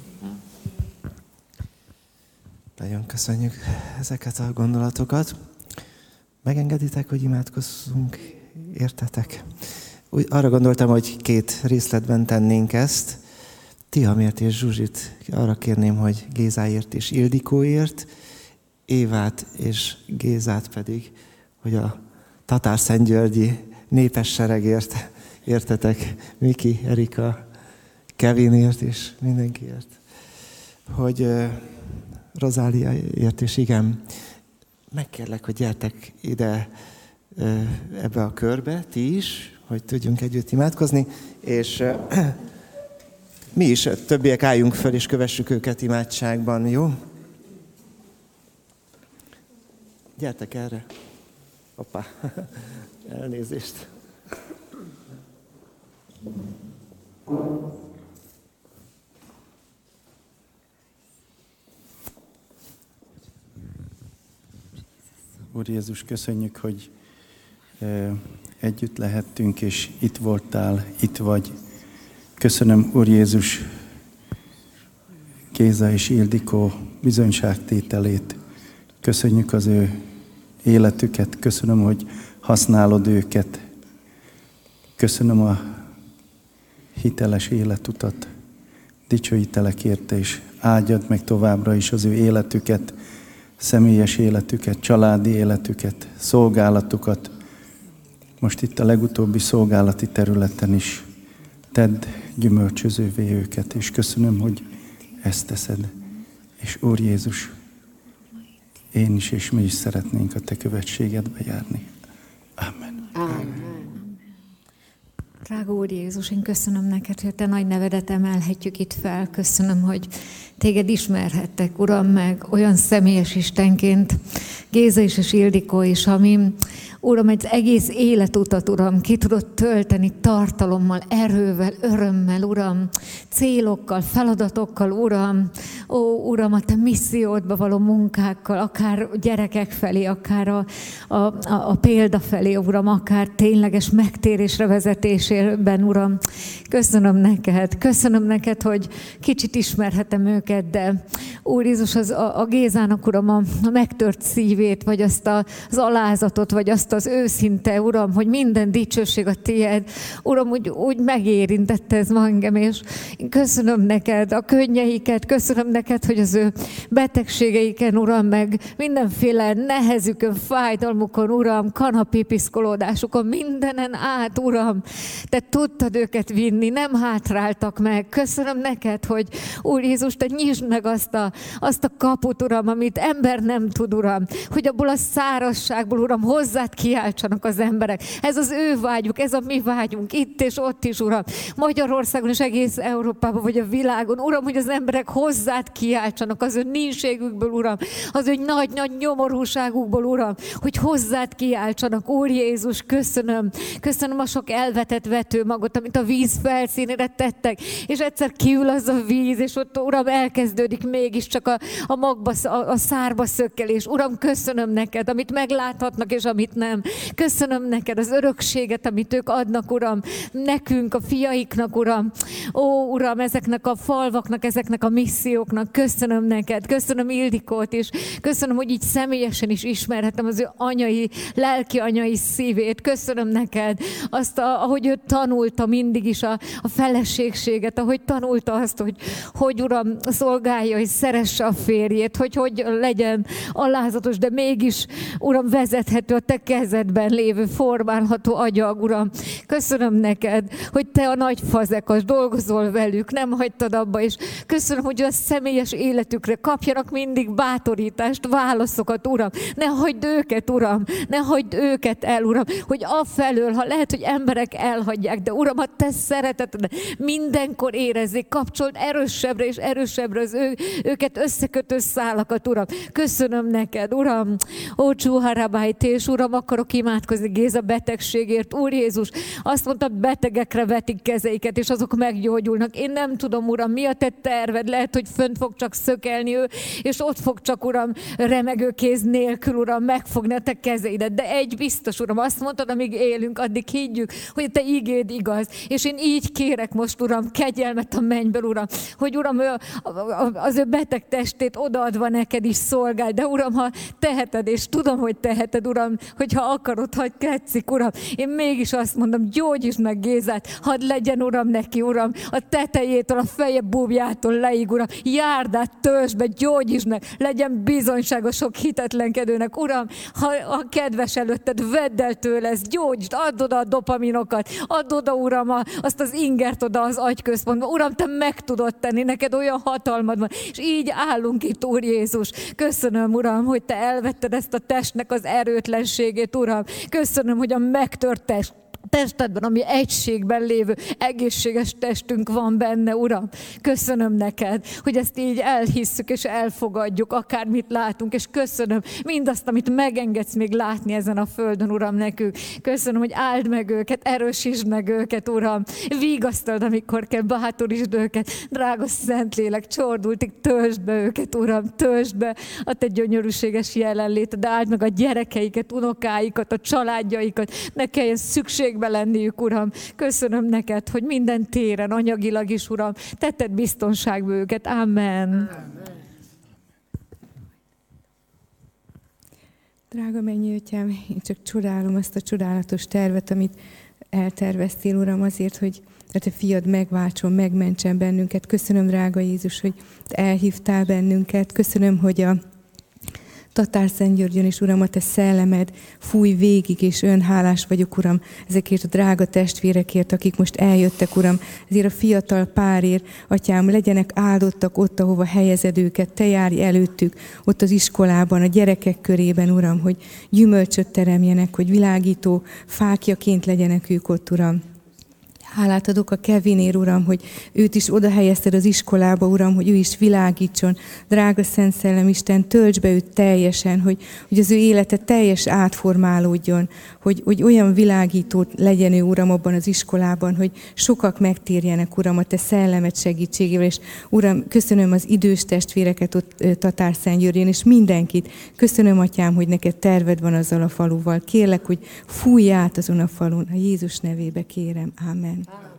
Nagyon köszönjük ezeket a gondolatokat. Megengeditek, hogy imádkozzunk, értetek? Úgy arra gondoltam, hogy 2 részletben tennénk ezt. Tihamért és Zsuzsit arra kérném, hogy Gézáért és Ildikóért, Évát és Gézát pedig, hogy a tatárszentgyörgyi népes seregért, értetek, Miki, Erika, Kevinért és mindenkiért. Hogy Rozáliaért is, igen, megkérlek, hogy gyertek ide ebbe a körbe, ti is, hogy tudjunk együtt imádkozni, és mi is, többiek álljunk föl, és kövessük őket imádságban, jó? Gyertek erre. Hoppá, elnézést. Úr Jézus, köszönjük, hogy együtt lehettünk, és itt voltál, itt vagy. Köszönöm, Úr Jézus, Géza és Ildikó bizonyságtételét. Köszönjük az ő életüket, köszönöm, hogy használod őket. Köszönöm a hiteles életutat. Dicsőítelek érte, és áldjad meg továbbra is az ő életüket, személyes életüket, családi életüket, szolgálatukat. Most itt a legutóbbi szolgálati területen is tedd gyümölcsözővé őket, és köszönöm, hogy ezt teszed. És Úr Jézus, én is és mi is szeretnénk a Te követségedbe járni. Amen. Amen. Drága Úr Jézus, én köszönöm neked, hogy a Te nagy nevedet emelhetjük itt fel. Köszönöm, hogy Téged ismerhettek, Uram, meg olyan személyes Istenként, Géza is és Ildikó is, ami, Uram, egy egész életutat, Uram, ki tudott tölteni tartalommal, erővel, örömmel, Uram, célokkal, feladatokkal, Uram, ó, Uram, a Te missziódba való munkákkal, akár gyerekek felé, akár a példa felé, Uram, akár tényleges megtérésre vezetésében, Uram. Köszönöm neked, hogy kicsit ismerhetem őket, de Úr Jézus, a Gézának, Uram, a megtört szívét, vagy azt az alázatot, vagy azt az őszinte, Uram, hogy minden dicsőség a Tied, Uram, úgy megérintette ez ma engem, és én köszönöm neked a könnyeiket, köszönöm neked, hogy az ő betegségeiken, Uram, meg mindenféle nehezükön, fájdalmukon, Uram, kanapipiszkolódásukon, mindenen át, Uram, Te tudtad őket vinni, nem hátráltak meg. Köszönöm neked, hogy Úr Jézus, Te nyisd meg azt a kaput, Uram, amit ember nem tud, Uram, hogy abból a szárazságból, Uram, hozzád kiáltsanak az emberek. Ez az ő vágyuk, ez a mi vágyunk, itt és ott is, Uram, Magyarországon és egész Európában, vagy a világon, Uram, hogy az emberek hozzád kiáltsanak az ő ninségükből, Uram, az ő nagy-nagy nyomorúságukból, Uram, hogy hozzád kiáltsanak. Úr Jézus, köszönöm a sok elvetett vetőmagot, amit a víz felszínére tettek, és egyszer kiül az a víz, és ott, Uram, elkezdődik mégiscsak a magba, a szárba szökkelés. Uram, köszönöm neked, amit megláthatnak, és amit nem. Köszönöm neked az örökséget, amit ők adnak, Uram, nekünk, a fiaiknak, Uram. Ó, Uram, ezeknek a falvaknak, ezeknek a misszióknak. Köszönöm neked, köszönöm Ildikót is. Köszönöm, hogy így személyesen is ismerhetem az ő anyai, lelki anyai szívét. Köszönöm neked azt, ahogy ő tanulta mindig is a feleségséget, ahogy tanulta azt, hogy Uram, szolgálja, hogy szeresse a férjét, hogy legyen alázatos, de mégis, Uram, vezethető a Te kezedben lévő formálható agyag, Uram. Köszönöm neked, hogy Te a nagy fazekas, dolgozol velük, nem hagytad abba, és köszönöm, hogy a személyes életükre kapjanak mindig bátorítást, válaszokat, Uram. Ne hagyd őket, Uram, ne hagyd őket el, Uram, hogy afelől, ha lehet, hogy emberek elhagyják, de Uram, a Te szereteted mindenkor érezzék, kapcsold erősebbre és erősebbre az őket összekötő szálakat, Uram. Köszönöm neked, Uram. Ó, Csúharabájt, és Uram, akarok imádkozni Géza betegségért. Úr Jézus, azt mondtad, betegekre vetik kezeiket, és azok meggyógyulnak. Én nem tudom, Uram, mi a Te terved? Lehet, hogy fönt fog csak szökelni ő, és ott fog csak, Uram, remegő kéz nélkül, Uram, megfogni a Te kezeidet. De egy biztos, Uram, azt mondtad, amíg élünk, addig higgyük, hogy a Te igéd igaz. És én így kérek most, Uram, kegyelmet a mennyből, Uram, hogy, Uram, az ő beteg testét odaadva neked is szolgálj. De, Uram, ha teheted, és tudom, hogy teheted, Uram, hogyha akarod, ha tetszik, Uram, én mégis azt mondom, gyógyítsd meg Gézát, hadd legyen, Uram, neki, Uram, a tetejétől, a feje búbjától leig, Uram, járd át, töltsd be, gyógyítsd meg, legyen bizonyságos sok hitetlenkedőnek, Uram, ha kedves előtted, vedd el tőle ezt, gyógyítsd, add oda a dopaminokat, add oda, Uram, azt az ingert oda az agyközpontba, Uram, Te meg tudod tenni, neked olyan hatalmad van, és így állunk itt, Úr Jézus. Köszönöm, Uram, hogy Te elvetted ezt a testnek az erőtlenségét, Uram. Köszönöm, hogy a megtört testedben, ami egységben lévő egészséges testünk van benne, Uram. Köszönöm neked, hogy ezt így elhisszük és elfogadjuk, akármit látunk, és köszönöm mindazt, amit megengedsz még látni ezen a földön, Uram, nekünk. Köszönöm, hogy áld meg őket, erősítsd meg őket, Uram. Vigasztald, amikor kell, bátorítsd őket. Drága Szentlélek, csordultig töltsd be őket, Uram, töltsd be a Te gyönyörűséges jelenléted, de áld meg a gyerekeiket, unokáikat, a családjaikat, ne kelljen szükségbe lenniük, Uram. Köszönöm neked, hogy minden téren, anyagilag is, Uram, tetted biztonságba őket. Amen. Drága mennyi Atyám, én csak csodálom azt a csodálatos tervet, amit elterveztél, Uram, azért, hogy a Te fiad megváltson, megmentsen bennünket. Köszönöm, drága Jézus, hogy Te elhívtál bennünket. Köszönöm, hogy a Tatárszentgyörgyön is, Uram, a Te szellemed fúj végig, és önhálás vagyok, Uram, ezekért a drága testvérekért, akik most eljöttek, Uram, ezért a fiatal párért, Atyám, legyenek áldottak ott, ahova helyezed őket, Te járj előttük, ott az iskolában, a gyerekek körében, Uram, hogy gyümölcsöt teremjenek, hogy világító fákjaként legyenek ők ott, Uram. Hálát adok a Kevinért, Uram, hogy őt is oda helyezted az iskolába, Uram, hogy ő is világítson. Drága Szent Szellem Isten, tölts be őt teljesen, hogy az ő élete teljes átformálódjon, hogy olyan világító legyen ő, Uram, abban az iskolában, hogy sokak megtérjenek, Uram, a Te szellemed segítségével. És Uram, köszönöm az idős testvéreket ott Tatárszentgyörgyön, és mindenkit. Köszönöm, Atyám, hogy neked terved van azzal a faluval. Kérlek, hogy fújj át azon a falun. A Jézus nevébe kérem. Amen.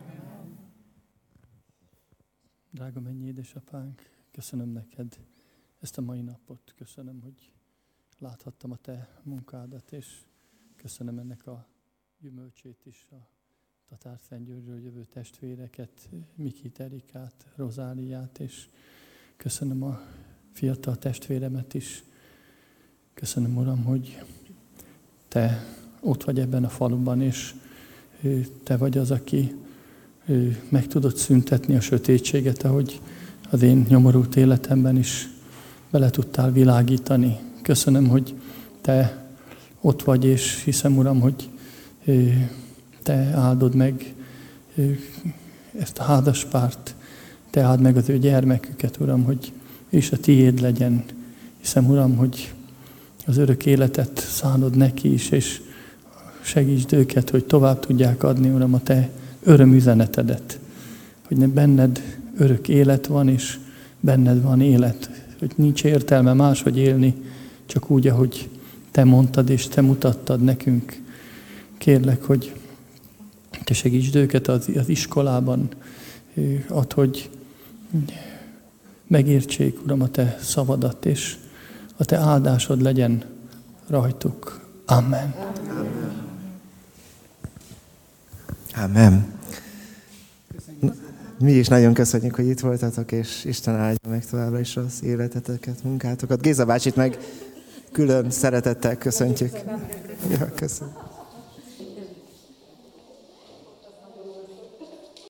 Drága mennyi édesapánk, köszönöm neked ezt a mai napot. Köszönöm, hogy láthattam a Te munkádat, és köszönöm ennek a gyümölcsét is, a Tatárszentgyörgyről jövő testvéreket, Mikit, Erikát, Rozáliát, és köszönöm a fiatal testvéremet is. Köszönöm, Uram, hogy Te ott vagy ebben a faluban, és Te vagy az, aki meg tudod szüntetni a sötétséget, ahogy az én nyomorult életemben is bele tudtál világítani. Köszönöm, hogy Te ott vagy, és hiszem, Uram, hogy Te áldod meg ezt a házaspárt, Te áld meg az ő gyermeküket, Uram, hogy és a Tiéd legyen. Hiszem, Uram, hogy az örök életet szánod neki is, és segítsd őket, hogy tovább tudják adni, Uram, a Te örömüzenetedet. Hogy benned örök élet van, és benned van élet. Hogy nincs értelme máshogy élni, csak úgy, ahogy Te mondtad, és Te mutattad nekünk. Kérlek, hogy Te segítsd őket az iskolában, add, hogy megértsék, Uram, a Te szavadat, és a Te áldásod legyen rajtuk. Amen. Amen. Mi is nagyon köszönjük, hogy itt voltatok, és Isten áldja meg továbbra is az életeteket, munkátokat. Géza bácsit meg külön szeretettel köszöntjük. Ja, köszönöm.